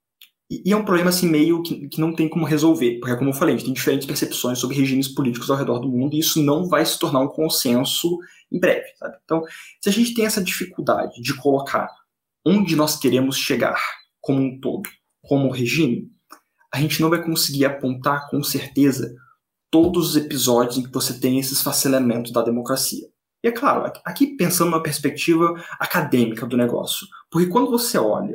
E, e é um problema assim meio que, que não tem como resolver, porque como eu falei, a gente tem diferentes percepções sobre regimes políticos ao redor do mundo e isso não vai se tornar um consenso em breve, sabe? Então, se a gente tem essa dificuldade de colocar onde nós queremos chegar como um todo, como regime, a gente não vai conseguir apontar com certeza todos os episódios em que você tem esses facelamentos da democracia. E é claro, aqui pensando numa perspectiva acadêmica do negócio, porque quando você olha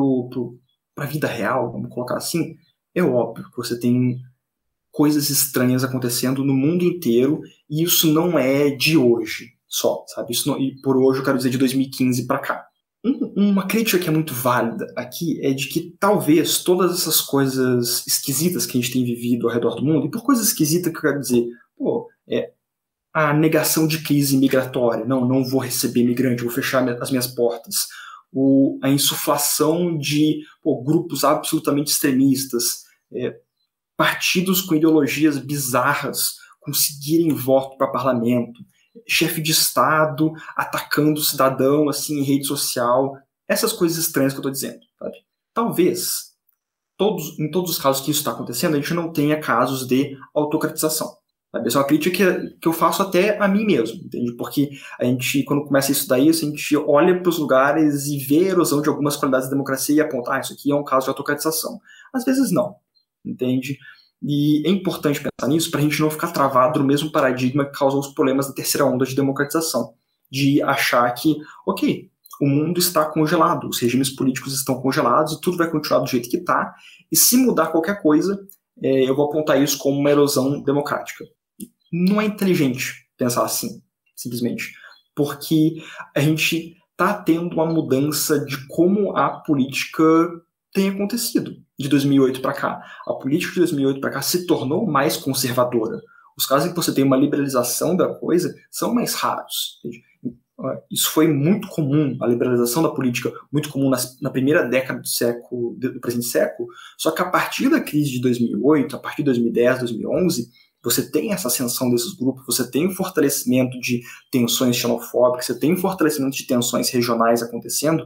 para a vida real, vamos colocar assim, é óbvio que você tem coisas estranhas acontecendo no mundo inteiro e isso não é de hoje só, sabe? Isso não, e por hoje eu quero dizer de dois mil e quinze para cá. Um, uma crítica que é muito válida aqui é de que talvez todas essas coisas esquisitas que a gente tem vivido ao redor do mundo, e por coisas esquisitas que eu quero dizer, pô, é a negação de crise migratória, não, não vou receber migrante, vou fechar as minhas portas, o, a insuflação de pô, grupos absolutamente extremistas, é, partidos com ideologias bizarras conseguirem voto para parlamento, chefe de Estado atacando o cidadão assim, em rede social, essas coisas estranhas que eu estou dizendo. Sabe? Talvez, todos, em todos os casos que isso está acontecendo, a gente não tenha casos de autocratização. Sabe? Essa é uma crítica que, que eu faço até a mim mesmo, entende? Porque a gente, quando começa a estudar isso, a gente olha para os lugares e vê a erosão de algumas qualidades da democracia e aponta, ah, isso aqui é um caso de autocratização. Às vezes não, entende? E é importante pensar nisso para a gente não ficar travado no mesmo paradigma que causou os problemas da terceira onda de democratização. De achar que, ok, o mundo está congelado, os regimes políticos estão congelados e tudo vai continuar do jeito que está, e se mudar qualquer coisa, é, eu vou apontar isso como uma erosão democrática. Não é inteligente pensar assim, simplesmente, porque a gente está tendo uma mudança de como a política tem acontecido de dois mil e oito para cá. A política de dois mil e oito para cá se tornou mais conservadora. Os casos em que você tem uma liberalização da coisa são mais raros. Entende? Isso foi muito comum, a liberalização da política, muito comum na, na primeira década do século, do presente século, só que a partir da crise de dois mil e oito, a partir de dois mil e dez, dois mil e onze, você tem essa ascensão desses grupos, você tem um fortalecimento de tensões xenofóbicas, você tem um fortalecimento de tensões regionais acontecendo,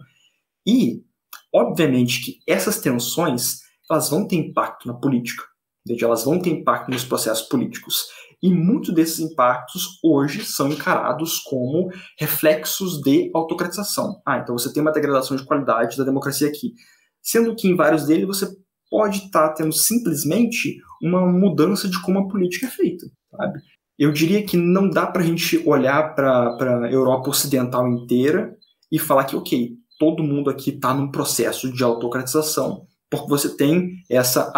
e obviamente que essas tensões elas vão ter impacto na política, entende? Elas vão ter impacto nos processos políticos. E muitos desses impactos hoje são encarados como reflexos de autocratização. Ah, então você tem uma degradação de qualidade da democracia aqui. Sendo que em vários deles você pode estar tendo simplesmente uma mudança de como a política é feita, sabe? Eu diria que não dá para a gente olhar para a Europa Ocidental inteira e falar que, ok, todo mundo aqui está num processo de autocratização, porque você tem essa,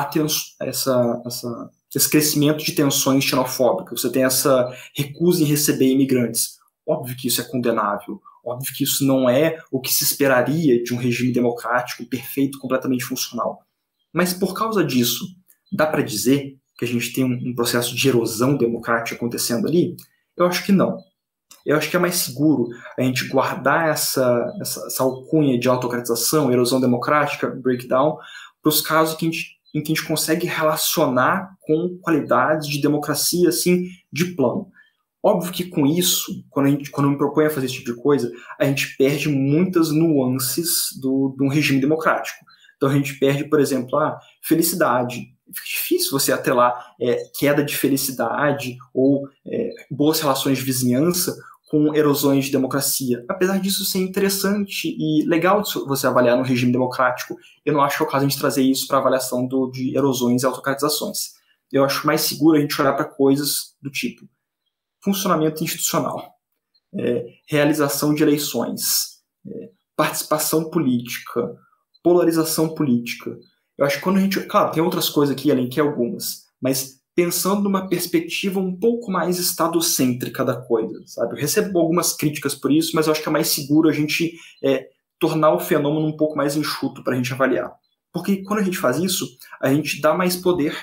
essa, essa, esse crescimento de tensões xenofóbicas, você tem essa recusa em receber imigrantes. Óbvio que isso é condenável, óbvio que isso não é o que se esperaria de um regime democrático perfeito, completamente funcional. Mas por causa disso, dá para dizer que a gente tem um, um processo de erosão democrática acontecendo ali? Eu acho que não. Eu acho que é mais seguro a gente guardar essa, essa, essa alcunha de autocratização, erosão democrática, breakdown, para os casos que a gente, em que a gente consegue relacionar com qualidades de democracia assim, de plano. Óbvio que com isso, quando, a gente, quando eu me proponho a fazer esse tipo de coisa, a gente perde muitas nuances do, de um regime democrático. Então a gente perde, por exemplo, a felicidade. Fica difícil você atrelar é, queda de felicidade ou é, boas relações de vizinhança com erosões de democracia. Apesar disso ser interessante e legal de você avaliar no regime democrático, eu não acho que é o caso de a gente trazer isso para a avaliação do, de erosões e autocratizações. Eu acho mais seguro a gente olhar para coisas do tipo funcionamento institucional, é, realização de eleições, é, participação política, polarização política. Eu acho que quando a gente... Claro, tem outras coisas aqui, além que algumas, mas pensando numa perspectiva um pouco mais estadocêntrica da coisa, sabe? Eu recebo algumas críticas por isso, mas eu acho que é mais seguro a gente é, tornar o fenômeno um pouco mais enxuto para a gente avaliar. Porque quando a gente faz isso, a gente dá mais poder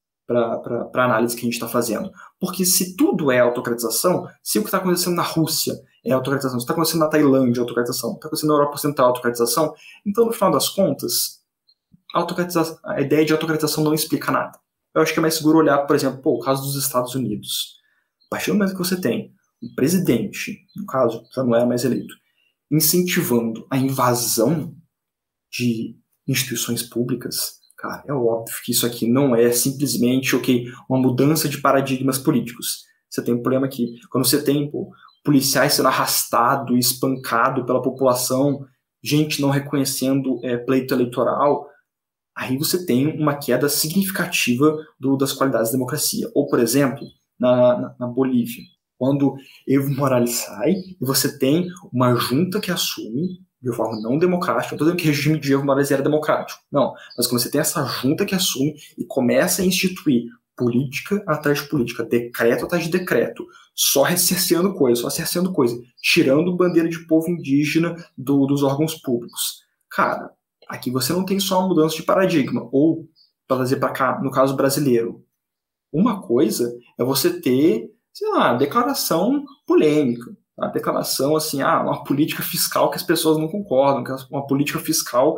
para a análise que a gente está fazendo. Porque se tudo é autocratização, se o que está acontecendo na Rússia é autocratização, se está acontecendo na Tailândia é autocratização, se está acontecendo na Europa Ocidental é autocratização, então no final das contas, a, autocratização, a ideia de autocratização não explica nada. Eu acho que é mais seguro olhar, por exemplo, pô, o caso dos Estados Unidos. A partir do momento que você tem um presidente, no caso, já não era mais eleito, incentivando a invasão de instituições públicas, Cara, é óbvio que isso aqui não é simplesmente, ok, uma mudança de paradigmas políticos. Você tem um problema aqui. Quando você tem pô, policiais sendo arrastado, espancado pela população, gente não reconhecendo é, pleito eleitoral, aí você tem uma queda significativa do, das qualidades da democracia. Ou, por exemplo, na, na, na Bolívia, quando Evo Morales sai e você tem uma junta que assume de forma não democrática. Não estou dizendo que o regime de Evo Morales era democrático. Não. Mas quando você tem essa junta que assume e começa a instituir política atrás de política, decreto atrás de decreto, só cerceando coisa, só cerceando coisa, tirando bandeira de povo indígena do, dos órgãos públicos. Cara, aqui você não tem só uma mudança de paradigma, ou, para trazer para cá, no caso brasileiro, uma coisa é você ter, sei lá, declaração polêmica, a declaração assim, ah, uma política fiscal que as pessoas não concordam, que é uma política fiscal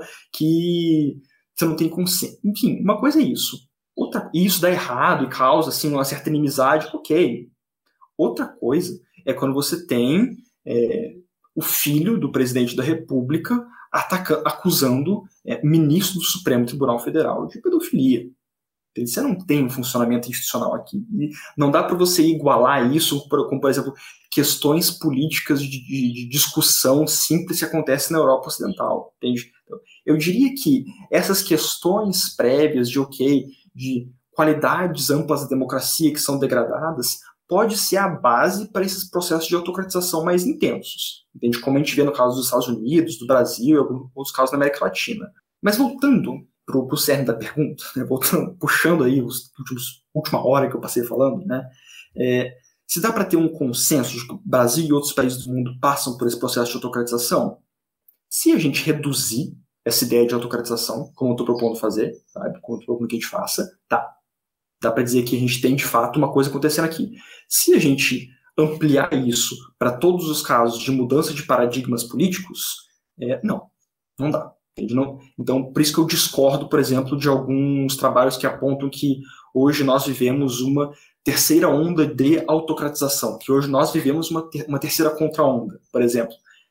que você não tem consenso. Enfim, uma coisa é isso. Outra, e isso dá errado e causa assim, uma certa inimizade, ok. Outra coisa é quando você tem é, o filho do presidente da República ataca, acusando é, ministro do Supremo Tribunal Federal de pedofilia. Você não tem um funcionamento institucional aqui. E não dá para você igualar isso com, por exemplo, questões políticas de, de, de discussão simples que acontecem na Europa Ocidental. Entende? Então, eu diria que essas questões prévias de, ok, de qualidades amplas da democracia que são degradadas, pode ser a base para esses processos de autocratização mais intensos. Entende? Como a gente vê no caso dos Estados Unidos, do Brasil, alguns outros casos na América Latina. Mas voltando para o cerne da pergunta, né, voltando, puxando aí os últimos última hora que eu passei falando, né, é, se dá para ter um consenso de que o Brasil e outros países do mundo passam por esse processo de autocratização, se a gente reduzir essa ideia de autocratização, como eu estou propondo fazer, sabe, como eu estou propondo que a gente faça, tá, dá para dizer que a gente tem de fato uma coisa acontecendo aqui. Se a gente ampliar isso para todos os casos de mudança de paradigmas políticos, é, não, não dá. Não, então, por isso que eu discordo, por exemplo, de alguns trabalhos que apontam que hoje nós vivemos uma terceira onda de autocratização, que hoje nós vivemos uma, ter, uma terceira contra-onda, por exemplo.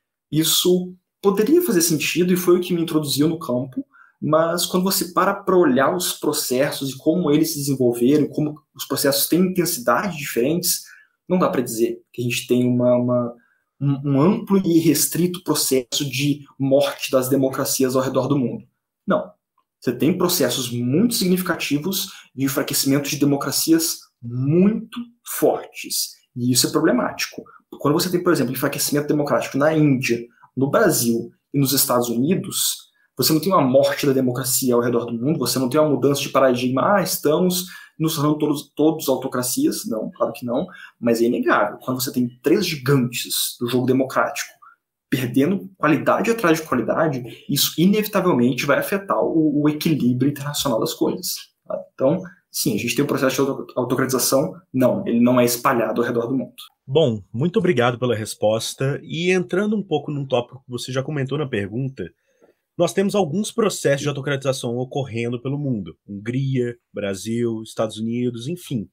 Isso poderia fazer sentido e foi o que me introduziu no campo, mas quando você para para olhar os processos e como eles se desenvolveram, como os processos têm intensidades diferentes, não dá para dizer que a gente tem uma... uma um amplo e restrito processo de morte das democracias ao redor do mundo. Não. Você tem processos muito significativos de enfraquecimento de democracias muito fortes. E isso é problemático. Quando você tem, por exemplo, enfraquecimento democrático na Índia, no Brasil e nos Estados Unidos, você não tem uma morte da democracia ao redor do mundo, você não tem uma mudança de paradigma, ah, estamos nos tornando todos, todos autocracias. Não, claro que não, mas é inegável. Quando você tem três gigantes do jogo democrático perdendo qualidade atrás de qualidade, isso inevitavelmente vai afetar o, o equilíbrio internacional das coisas. Tá? Então, sim, a gente tem um processo de autocratização, não, ele não é espalhado ao redor do mundo. Bom, muito obrigado pela resposta. E entrando um pouco num tópico que você já comentou na pergunta, nós temos alguns processos de autocratização ocorrendo pelo mundo. Hungria, Brasil, Estados Unidos, enfim.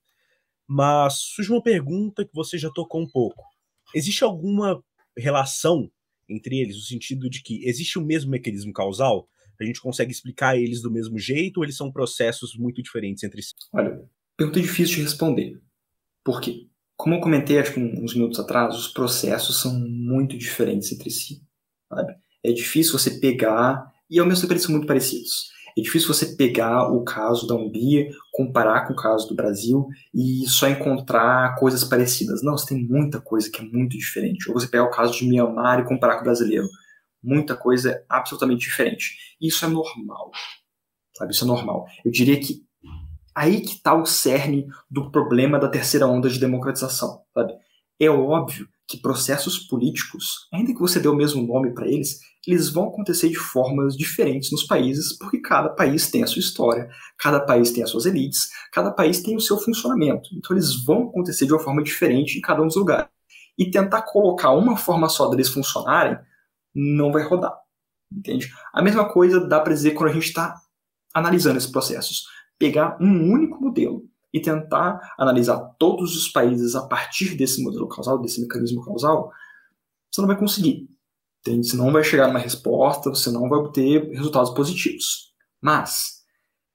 Mas surge uma pergunta que você já tocou um pouco. Existe alguma relação entre eles, no sentido de que existe o mesmo mecanismo causal? A gente consegue explicar eles do mesmo jeito ou eles são processos muito diferentes entre si? Olha, pergunta difícil de responder. Por quê? Como eu comentei acho que uns minutos atrás, os processos são muito diferentes entre si, sabe? É difícil você pegar, e ao mesmo tempo eles são muito parecidos, é difícil você pegar o caso da Hungria, comparar com o caso do Brasil e só encontrar coisas parecidas. Não, você tem muita coisa que é muito diferente. Ou você pegar o caso de Myanmar e comparar com o brasileiro. Muita coisa é absolutamente diferente. Isso é normal, sabe? Isso é normal. Eu diria que aí que está o cerne do problema da terceira onda de democratização, sabe? É óbvio que processos políticos, ainda que você dê o mesmo nome para eles, eles vão acontecer de formas diferentes nos países, porque cada país tem a sua história, cada país tem as suas elites, cada país tem o seu funcionamento. Então eles vão acontecer de uma forma diferente em cada um dos lugares. E tentar colocar uma forma só deles funcionarem não vai rodar, entende? A mesma coisa dá para dizer quando a gente está analisando esses processos. Pegar um único modelo e tentar analisar todos os países a partir desse modelo causal, desse mecanismo causal, você não vai conseguir. Entende? Você não vai chegar numa resposta, você não vai obter resultados positivos. Mas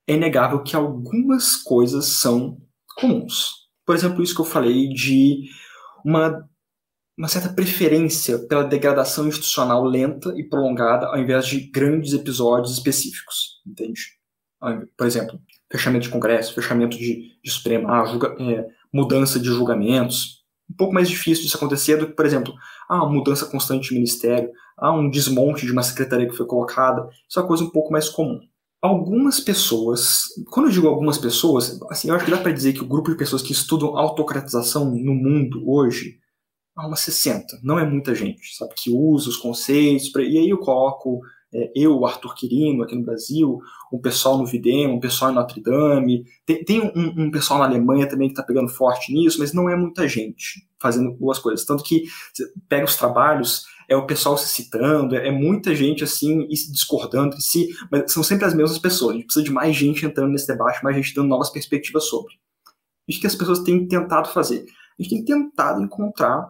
é inegável que algumas coisas são comuns. Por exemplo, isso que eu falei de uma, uma certa preferência pela degradação institucional lenta e prolongada ao invés de grandes episódios específicos, entende? Por exemplo, fechamento de Congresso, fechamento de, de Supremo, ah, julga, é, mudança de julgamentos. Um pouco mais difícil disso acontecer do que, por exemplo, ah, uma mudança constante de ministério, ah, um desmonte de uma secretaria que foi colocada. Isso é uma coisa um pouco mais comum. Algumas pessoas, quando eu digo algumas pessoas, assim, eu acho que dá para dizer que o grupo de pessoas que estudam autocratização no mundo hoje é umas sessenta, não é muita gente, sabe, que usa os conceitos, pra, e aí eu coloco é, eu, o Arthur Quirino, aqui no Brasil, um pessoal no Videm, um pessoal em Notre Dame, tem, tem um, um pessoal na Alemanha também que está pegando forte nisso, mas não é muita gente fazendo boas coisas, tanto que você pega os trabalhos, é o pessoal se citando, é, é muita gente assim, e se discordando entre si, mas são sempre as mesmas pessoas, a gente precisa de mais gente entrando nesse debate, mais gente dando novas perspectivas sobre. Isso que as pessoas têm tentado fazer. A gente tem tentado encontrar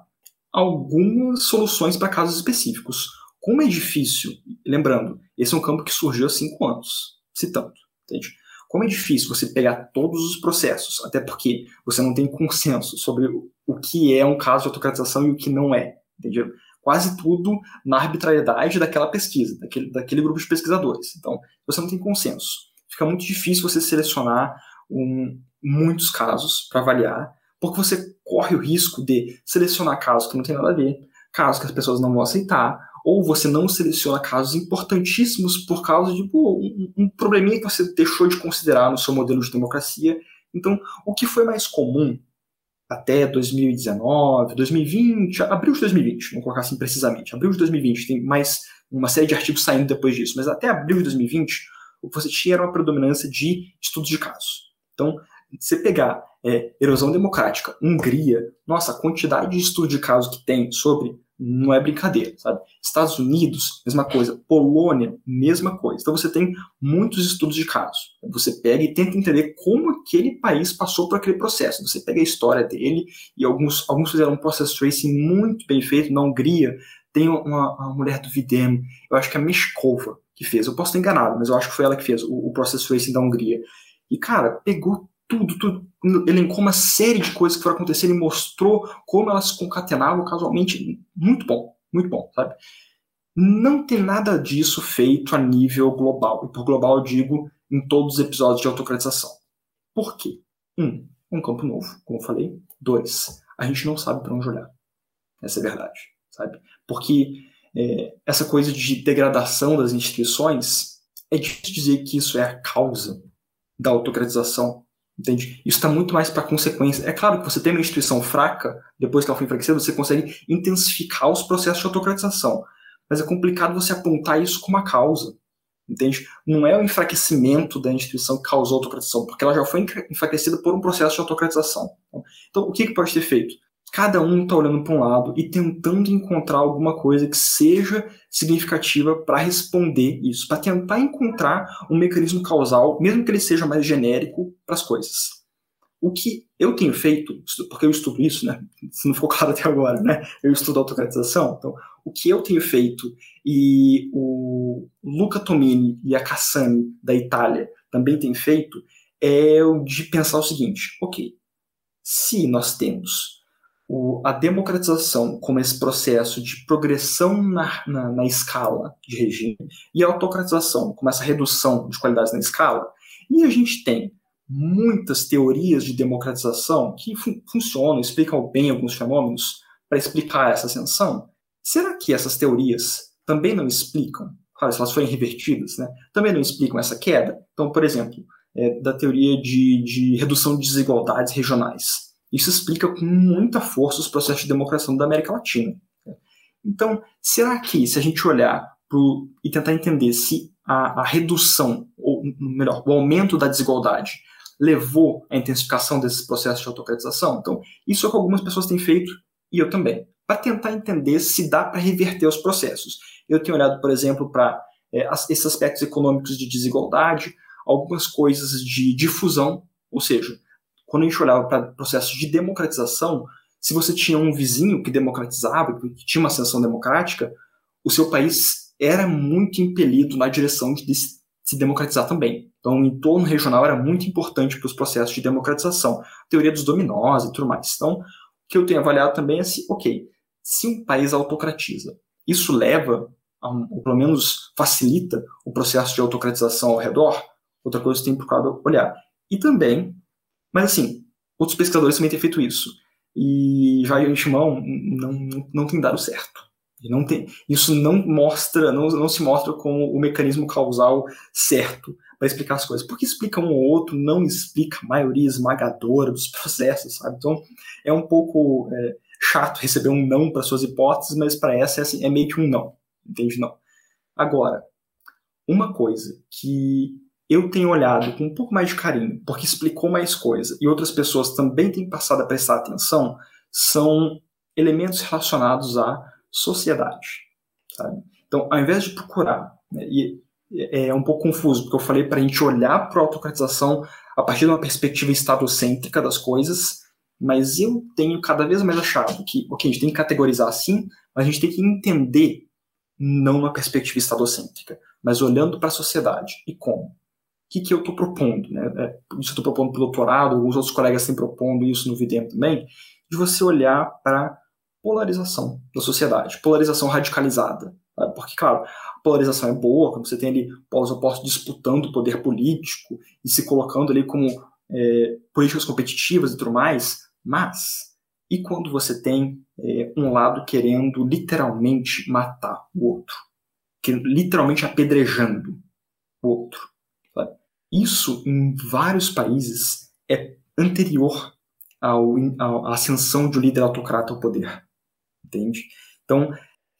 algumas soluções para casos específicos. Como é difícil, lembrando, esse é um campo que surgiu há cinco anos, citando, entende? Como é difícil você pegar todos os processos, até porque você não tem consenso sobre o que é um caso de autocratização e o que não é, entendeu? Quase tudo na arbitrariedade daquela pesquisa, daquele, daquele grupo de pesquisadores. Então, você não tem consenso. Fica muito difícil você selecionar um, muitos casos para avaliar, porque você corre o risco de selecionar casos que não tem nada a ver, casos que as pessoas não vão aceitar, ou você não seleciona casos importantíssimos por causa de pô, um, um probleminha que você deixou de considerar no seu modelo de democracia. Então, o que foi mais comum até dois mil e dezenove, dois mil e vinte, abril de dois mil e vinte, vamos colocar assim precisamente, abril de dois mil e vinte, tem mais uma série de artigos saindo depois disso, mas até abril de dois mil e vinte, o que você tinha era uma predominância de estudos de casos. Então, você pegar é, erosão democrática, Hungria, nossa, a quantidade de estudo de casos que tem sobre não é brincadeira, sabe? Estados Unidos, mesma coisa. Polônia, mesma coisa. Então você tem muitos estudos de casos. Você pega e tenta entender como aquele país passou por aquele processo. Você pega a história dele e alguns, alguns fizeram um process tracing muito bem feito. Na Hungria tem uma, uma mulher do Videm, eu acho que é a Meshkova que fez. Eu posso estar enganado, mas eu acho que foi ela que fez o, o process tracing da Hungria. E, cara, pegou tudo, tudo, elencou uma série de coisas que foram acontecendo e mostrou como elas se concatenavam casualmente. Muito bom, muito bom, sabe? Não tem nada disso feito a nível global. E por global eu digo em todos os episódios de autocratização. Por quê? Um, um campo novo, como eu falei. Dois, a gente não sabe para onde olhar. Essa é a verdade, sabe? Porque é, essa coisa de degradação das instituições, é difícil dizer que isso é a causa da autocratização. Entende? Isso está muito mais para consequência. É claro que você tem uma instituição fraca, depois que ela foi enfraquecida, você consegue intensificar os processos de autocratização. Mas é complicado você apontar isso como a causa. Entende? Não é o enfraquecimento da instituição que causou a autocratização, porque ela já foi enfraquecida por um processo de autocratização. Então, o que, que pode ser feito? Cada um está olhando para um lado e tentando encontrar alguma coisa que seja significativa para responder isso, para tentar encontrar um mecanismo causal, mesmo que ele seja mais genérico, para as coisas. O que eu tenho feito, porque eu estudo isso, né? Se não ficou claro até agora, né? Eu estudo autocratização. Então, o que eu tenho feito, e o Luca Tomini e a Cassani, da Itália, também têm feito, é o de pensar o seguinte: ok, se nós temos O, a democratização como esse processo de progressão na, na, na escala de regime e a autocratização como essa redução de qualidades na escala, e a gente tem muitas teorias de democratização que fun- funcionam, explicam bem alguns fenômenos para explicar essa ascensão, será que essas teorias também não explicam, claro, se elas forem revertidas, né, também não explicam essa queda? Então, por exemplo, é, da teoria de, de redução de desigualdades regionais. Isso explica com muita força os processos de democratização da América Latina. Então, será que, se a gente olhar pro, e tentar entender se a, a redução, ou melhor, o aumento da desigualdade levou à intensificação desses processos de autocratização? Então, isso é o que algumas pessoas têm feito, e eu também, para tentar entender se dá para reverter os processos. Eu tenho olhado, por exemplo, para é, esses aspectos econômicos de desigualdade, algumas coisas de difusão, ou seja, quando a gente olhava para processos de democratização, se você tinha um vizinho que democratizava, que tinha uma ascensão democrática, o seu país era muito impelido na direção de se democratizar também. Então, o entorno regional era muito importante para os processos de democratização. Teoria dos dominós e tudo mais. Então, o que eu tenho avaliado também é se, ok, se um país autocratiza, isso leva, a um, ou pelo menos facilita o processo de autocratização ao redor? Outra coisa que tem procurado olhar. E também, mas assim, outros pesquisadores também têm feito isso. E já em Shimon não, não, não tem dado certo. E não tem, isso não mostra, não, não se mostra como o mecanismo causal certo para explicar as coisas. Porque explica um ou outro, não explica a maioria esmagadora dos processos, sabe? Então é um pouco é, chato receber um não para suas hipóteses, mas para essa é, assim, é meio que um não. Entende? Não. Agora, uma coisa que eu tenho olhado com um pouco mais de carinho, porque explicou mais coisa, e outras pessoas também têm passado a prestar atenção, são elementos relacionados à sociedade, sabe? Então, ao invés de procurar, né, e é um pouco confuso, porque eu falei para a gente olhar para a autocratização a partir de uma perspectiva estadocêntrica das coisas, mas eu tenho cada vez mais achado que, ok, a gente tem que categorizar assim, mas a gente tem que entender não numa perspectiva estadocêntrica, mas olhando para a sociedade. E como? O que, que eu estou propondo? Né? É, isso eu estou propondo para o doutorado, alguns outros colegas têm propondo isso no V D M também, de você olhar para polarização da sociedade, polarização radicalizada. Sabe? Porque, claro, a polarização é boa, quando você tem ali polos opostos disputando o poder político e se colocando ali como é, políticas competitivas e tudo mais, mas e quando você tem é, um lado querendo literalmente matar o outro, que, literalmente apedrejando o outro? Sabe? Isso, em vários países, é anterior ao, à ascensão de um líder autocrata ao poder. Entende? Então,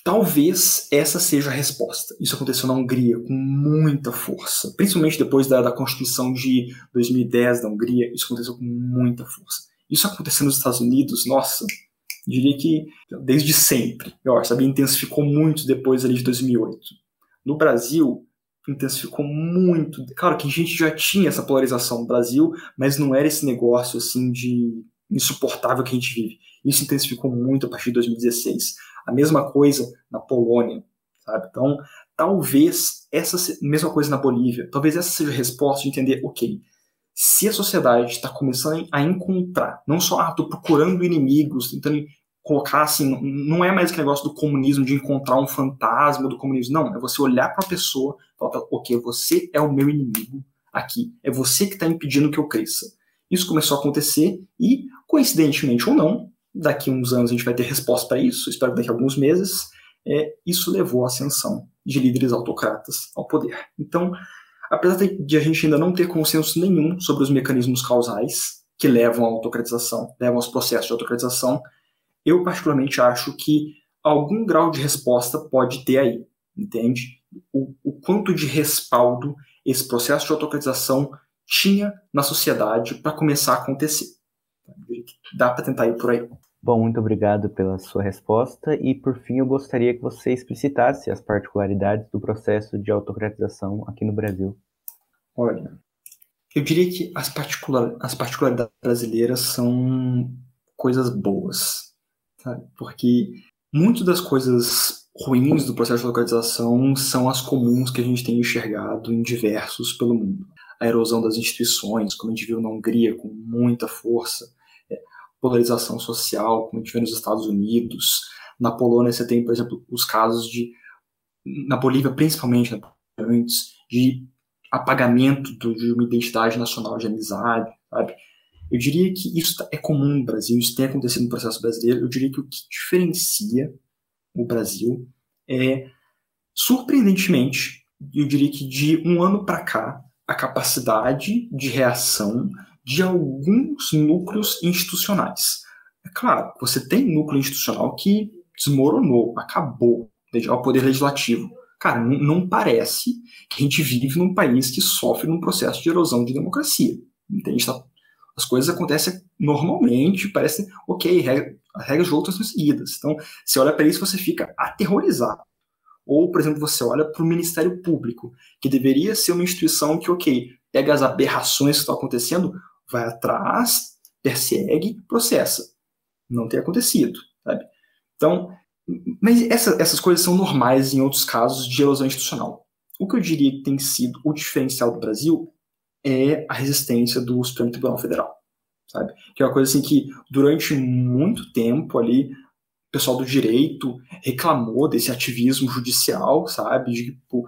talvez essa seja a resposta. Isso aconteceu na Hungria com muita força, principalmente depois da, da Constituição de dois mil e dez da Hungria, isso aconteceu com muita força. Isso aconteceu nos Estados Unidos, nossa, diria que desde sempre, eu acho, sabe, intensificou muito depois ali de dois mil e oito. No Brasil, intensificou muito. Claro que a gente já tinha essa polarização no Brasil, mas não era esse negócio assim de insuportável que a gente vive. Isso intensificou muito a partir de dois mil e dezesseis. A mesma coisa na Polônia, sabe? Então, talvez essa mesma coisa na Bolívia, talvez essa seja a resposta de entender, ok, se a sociedade está começando a encontrar, não só, ah, estou procurando inimigos, tentando colocar assim, não é mais aquele negócio do comunismo, de encontrar um fantasma do comunismo, não, é você olhar para a pessoa e falar, ok, você é o meu inimigo aqui, é você que está impedindo que eu cresça. Isso começou a acontecer e, coincidentemente ou não, daqui a uns anos a gente vai ter resposta para isso, espero que daqui a alguns meses, é, isso levou à ascensão de líderes autocratas ao poder. Então, apesar de a gente ainda não ter consenso nenhum sobre os mecanismos causais que levam à autocratização, levam aos processos de autocratização, eu particularmente acho que algum grau de resposta pode ter aí, entende? O, o quanto de respaldo esse processo de autocratização tinha na sociedade para começar a acontecer. Dá para tentar ir por aí. Bom, muito obrigado pela sua resposta e, por fim, eu gostaria que você explicitasse as particularidades do processo de autocratização aqui no Brasil. Olha, eu diria que as, particular, as particularidades brasileiras são coisas boas, sabe? Porque muitas das coisas ruins do processo de autocratização são as comuns que a gente tem enxergado em diversos pelo mundo. A erosão das instituições, como a gente viu na Hungria com muita força, polarização social, como a gente vê nos Estados Unidos. Na Polônia você tem, por exemplo, os casos de, na Bolívia principalmente, né, antes, de apagamento do, de uma identidade nacional de amizade, sabe? Eu diria que isso é comum no Brasil, isso tem acontecido no processo brasileiro. Eu diria que o que diferencia o Brasil é, surpreendentemente, eu diria que de um ano para cá, a capacidade de reação de alguns núcleos institucionais. É claro, você tem núcleo institucional que desmoronou, acabou, desde o poder legislativo. Cara, não, não parece que a gente vive num país que sofre num processo de erosão de democracia. Entende? As coisas acontecem normalmente, parece, ok, regra, as regras de jogo estão seguidas. Então, você olha para isso e você fica aterrorizado. Ou, por exemplo, você olha para o Ministério Público, que deveria ser uma instituição que, ok, pega as aberrações que estão acontecendo, vai atrás, persegue, processa. Não tem acontecido, sabe? Então, mas essa, essas coisas são normais em outros casos de erosão institucional. O que eu diria que tem sido o diferencial do Brasil é a resistência do Supremo Tribunal Federal, sabe? Que é uma coisa assim que, durante muito tempo ali, o pessoal do direito reclamou desse ativismo judicial, sabe? De tipo,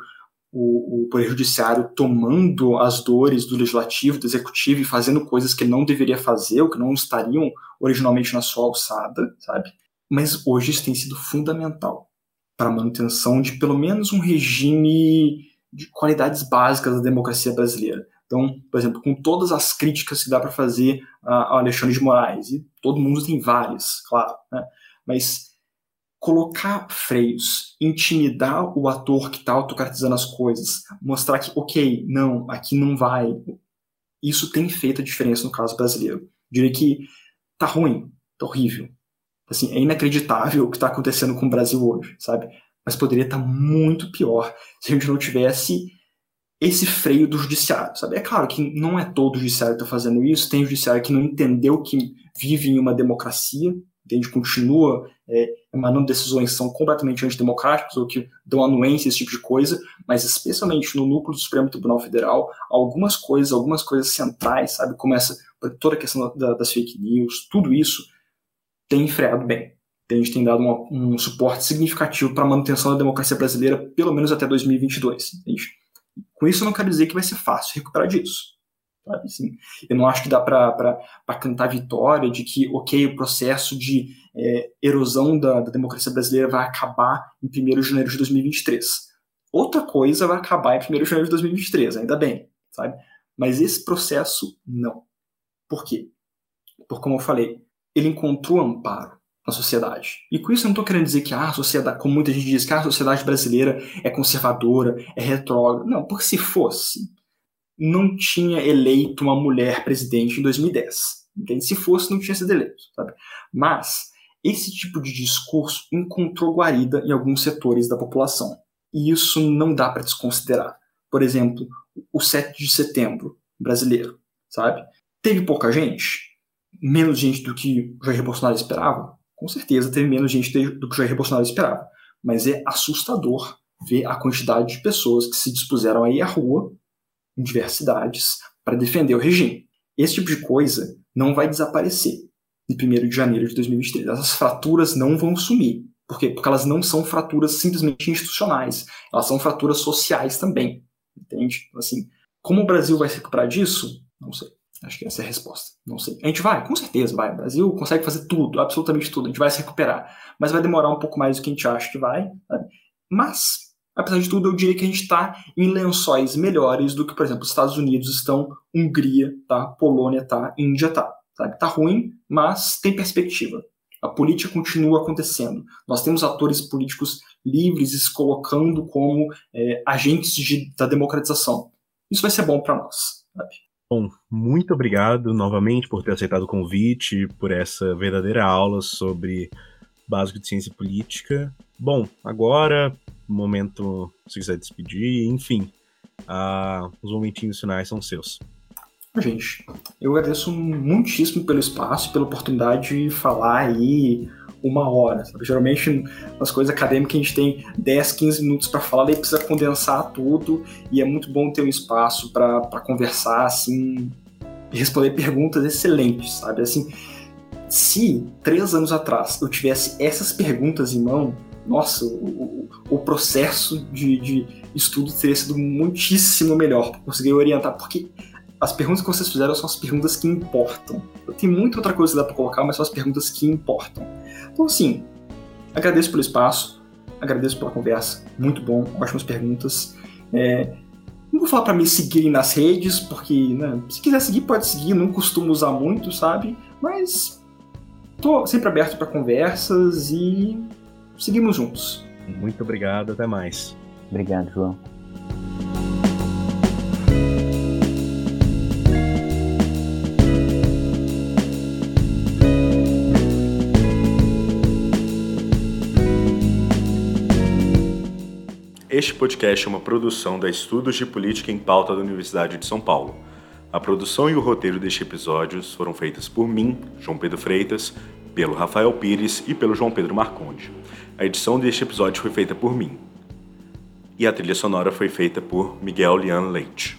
o, o Poder Judiciário tomando as dores do Legislativo, do Executivo e fazendo coisas que não deveria fazer, ou que não estariam originalmente na sua alçada, sabe? Mas hoje isso tem sido fundamental para a manutenção de pelo menos um regime de qualidades básicas da democracia brasileira. Então, por exemplo, com todas as críticas que dá para fazer ao Alexandre de Moraes, e todo mundo tem várias, claro, né? Mas colocar freios, intimidar o ator que está autocratizando as coisas, mostrar que, ok, não, aqui não vai, isso tem feito a diferença no caso brasileiro. Eu diria que tá ruim, tá horrível. Assim, é inacreditável o que está acontecendo com o Brasil hoje, sabe? Mas poderia estar muito pior se a gente não tivesse esse freio do judiciário, sabe? É claro que não é todo o judiciário que está fazendo isso, tem judiciário que não entendeu que vive em uma democracia, entende? Continua é, emanando decisões que são completamente antidemocráticas ou que dão anuência a esse tipo de coisa, mas especialmente no núcleo do Supremo Tribunal Federal, algumas coisas, algumas coisas centrais, sabe? Como essa, toda a questão da, das fake news, tudo isso tem freado bem. A gente tem dado uma, um suporte significativo para a manutenção da democracia brasileira, pelo menos até dois mil e vinte e dois. Entende? Com isso, eu não quero dizer que vai ser fácil recuperar disso. Sabe? Assim, eu não acho que dá para cantar vitória de que, ok, o processo de é, erosão da, da democracia brasileira vai acabar em primeiro de janeiro de dois mil e vinte e três. Outra coisa vai acabar em primeiro de janeiro de dois mil e vinte e três, ainda bem. Sabe? Mas esse processo, não. Por quê? Porque, como eu falei, ele encontrou amparo na sociedade. E com isso eu não estou querendo dizer que ah, a sociedade, como muita gente diz, que ah, a sociedade brasileira é conservadora, é retrógrada. Não, porque se fosse, não tinha eleito uma mulher presidente em dois mil e dez. Entende? Se fosse, não tinha sido eleito. Sabe? Mas esse tipo de discurso encontrou guarida em alguns setores da população. E isso não dá para desconsiderar. Por exemplo, o sete de setembro brasileiro. Sabe? Teve pouca gente? Menos gente do que o Jair Bolsonaro esperava? Com certeza teve menos gente do que o Jair Bolsonaro esperava. Mas é assustador ver a quantidade de pessoas que se dispuseram a ir à rua, em diversas cidades, para defender o regime. Esse tipo de coisa não vai desaparecer em primeiro de janeiro de dois mil e vinte e três. Essas fraturas não vão sumir. Por quê? Porque elas não são fraturas simplesmente institucionais. Elas são fraturas sociais também. Entende? Assim, como o Brasil vai se recuperar disso? Não sei. Acho que essa é a resposta. Não sei. A gente vai, com certeza vai. O Brasil consegue fazer tudo, absolutamente tudo. A gente vai se recuperar. Mas vai demorar um pouco mais do que a gente acha que vai. Sabe? Mas, apesar de tudo, eu diria que a gente está em lençóis melhores do que, por exemplo, os Estados Unidos estão, Hungria tá, Polônia tá, Índia tá. Sabe? Tá ruim, mas tem perspectiva. A política continua acontecendo. Nós temos atores políticos livres se colocando como é, agentes de, da democratização. Isso vai ser bom para nós. Sabe? Bom, muito obrigado novamente por ter aceitado o convite, por essa verdadeira aula sobre básico de ciência política. Bom, agora, momento, se quiser despedir, enfim, uh, os momentinhos finais são seus. Gente, eu agradeço muitíssimo pelo espaço, pela oportunidade de falar aí uma hora. Sabe? Geralmente, nas coisas acadêmicas, a gente tem dez, quinze minutos para falar, e precisa condensar tudo, e é muito bom ter um espaço para conversar, assim, e responder perguntas excelentes, sabe? Assim, se três anos atrás eu tivesse essas perguntas em mão, nossa, o, o, o processo de, de estudo teria sido muitíssimo melhor para conseguir orientar, porque as perguntas que vocês fizeram são as perguntas que importam. Tem muita outra coisa que dá para colocar, mas são as perguntas que importam. Então, assim, agradeço pelo espaço, agradeço pela conversa, muito bom, ótimas perguntas. É, não vou falar para me seguirem nas redes, porque, né, se quiser seguir, pode seguir, não costumo usar muito, sabe? Mas tô sempre aberto para conversas e seguimos juntos. Muito obrigado, até mais. Obrigado, João. Este podcast é uma produção da Estudos de Política em Pauta da Universidade de São Paulo. A produção e o roteiro deste episódio foram feitas por mim, João Pedro Freitas, pelo Rafael Pires e pelo João Pedro Marconde. A edição deste episódio foi feita por mim. e a trilha sonora foi feita por Miguel Lian Leite.